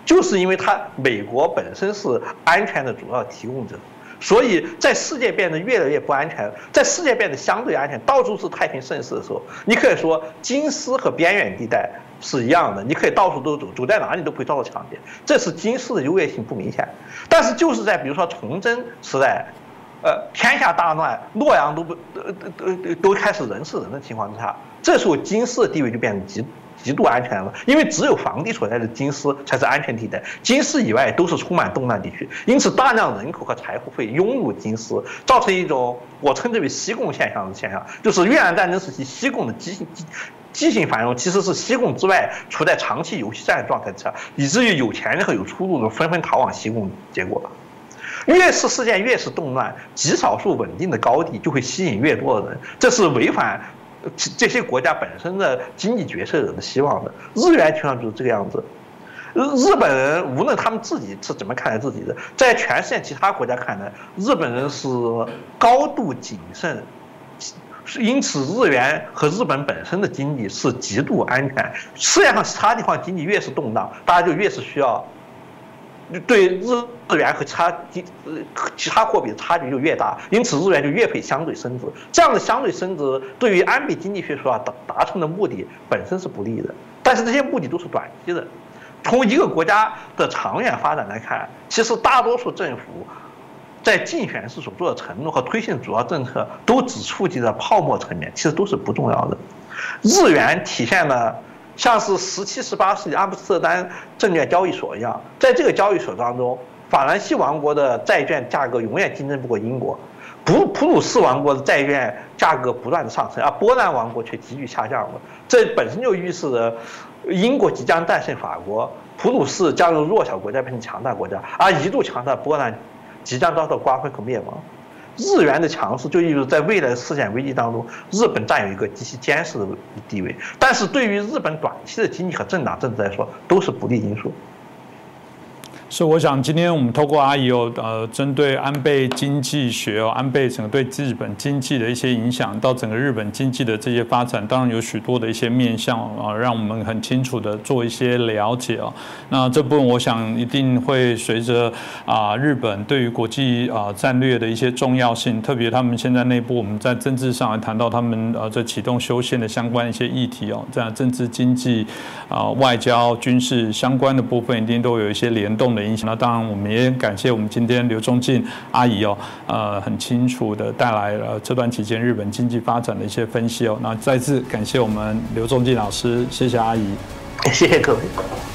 就是因为它美国本身是安全的主要提供者。所以在世界变得越来越不安全，在世界变得相对安全，到处是太平盛世的时候，你可以说金丝和边远地带是一样的，你可以到处都走，走在哪里都不会遭到抢劫，这是金丝的优越性不明显。但是就是在比如说崇祯时代，呃，天下大乱，洛阳都不都都都都开始人是人的情况之下，这时候金丝的地位就变得极。极度安全了，因为只有皇帝所在的金丝才是安全地带，金丝以外都是充满动乱地区，因此大量人口和财富会涌入金丝，造成一种我称之为西贡现象的现象，就是越南战争时期西贡的畸形畸形繁荣，其实是西贡之外处在长期游戏战的状态之下，以至于有钱人和有出路的纷纷逃往西贡，结果。越是事件越是动乱，极少数稳定的高地就会吸引越多的人，这是违反这些国家本身的经济决策者的希望的。日元情况就是这个样子。日本人无论他们自己是怎么看待自己的，在全世界其他国家看来，日本人是高度谨慎，因此日元和日本本身的经济是极度安全。世界上其他地方经济越是动荡，大家就越是需要。对日日元和其他其他货币的差距就越大，因此日元就越配相对升值。这样的相对升值对于安倍经济学说啊达达成的目的本身是不利的，但是这些目的都是短期的。从一个国家的长远发展来看，其实大多数政府在竞选时所做的承诺和推行主要政策都只触及了泡沫层面，其实都是不重要的。日元体现了。像是十七、十八世纪阿姆斯特丹证券交易所一样，在这个交易所当中，法兰西王国的债券价格永远竞争不过英国，普普鲁士王国的债券价格不断的上升，而波兰王国却急剧下降了。这本身就预示着英国即将战胜法国，普鲁士将由弱小国家变成强大国家，而一度强大波兰即将遭到瓜分和灭亡。日元的强势就意味着在未来的世界危机当中，日本占有一个极其坚实的地位，但是对于日本短期的经济和政党政治来说，都是不利因素。 是，我想今天我们透过阿姨哦，呃，针对安倍经济学哦，安倍整个对日本经济的一些影响，到整个日本经济的这些发展，当然有许多的一些面向啊，让我们很清楚的做一些了解哦。那这部分我想一定会随着啊日本对于国际啊战略的一些重要性，特别他们现在内部我们在政治上来谈到他们呃这启动修宪的相关一些议题哦，在政治经济啊外交军事相关的部分，一定都有一些联动的影响。那当然，我们也感谢我们今天刘仲敬阿姨哦，呃，很清楚的带来了这段期间日本经济发展的一些分析哦。那再次感谢我们刘仲敬老师，谢谢阿姨， 谢谢各位。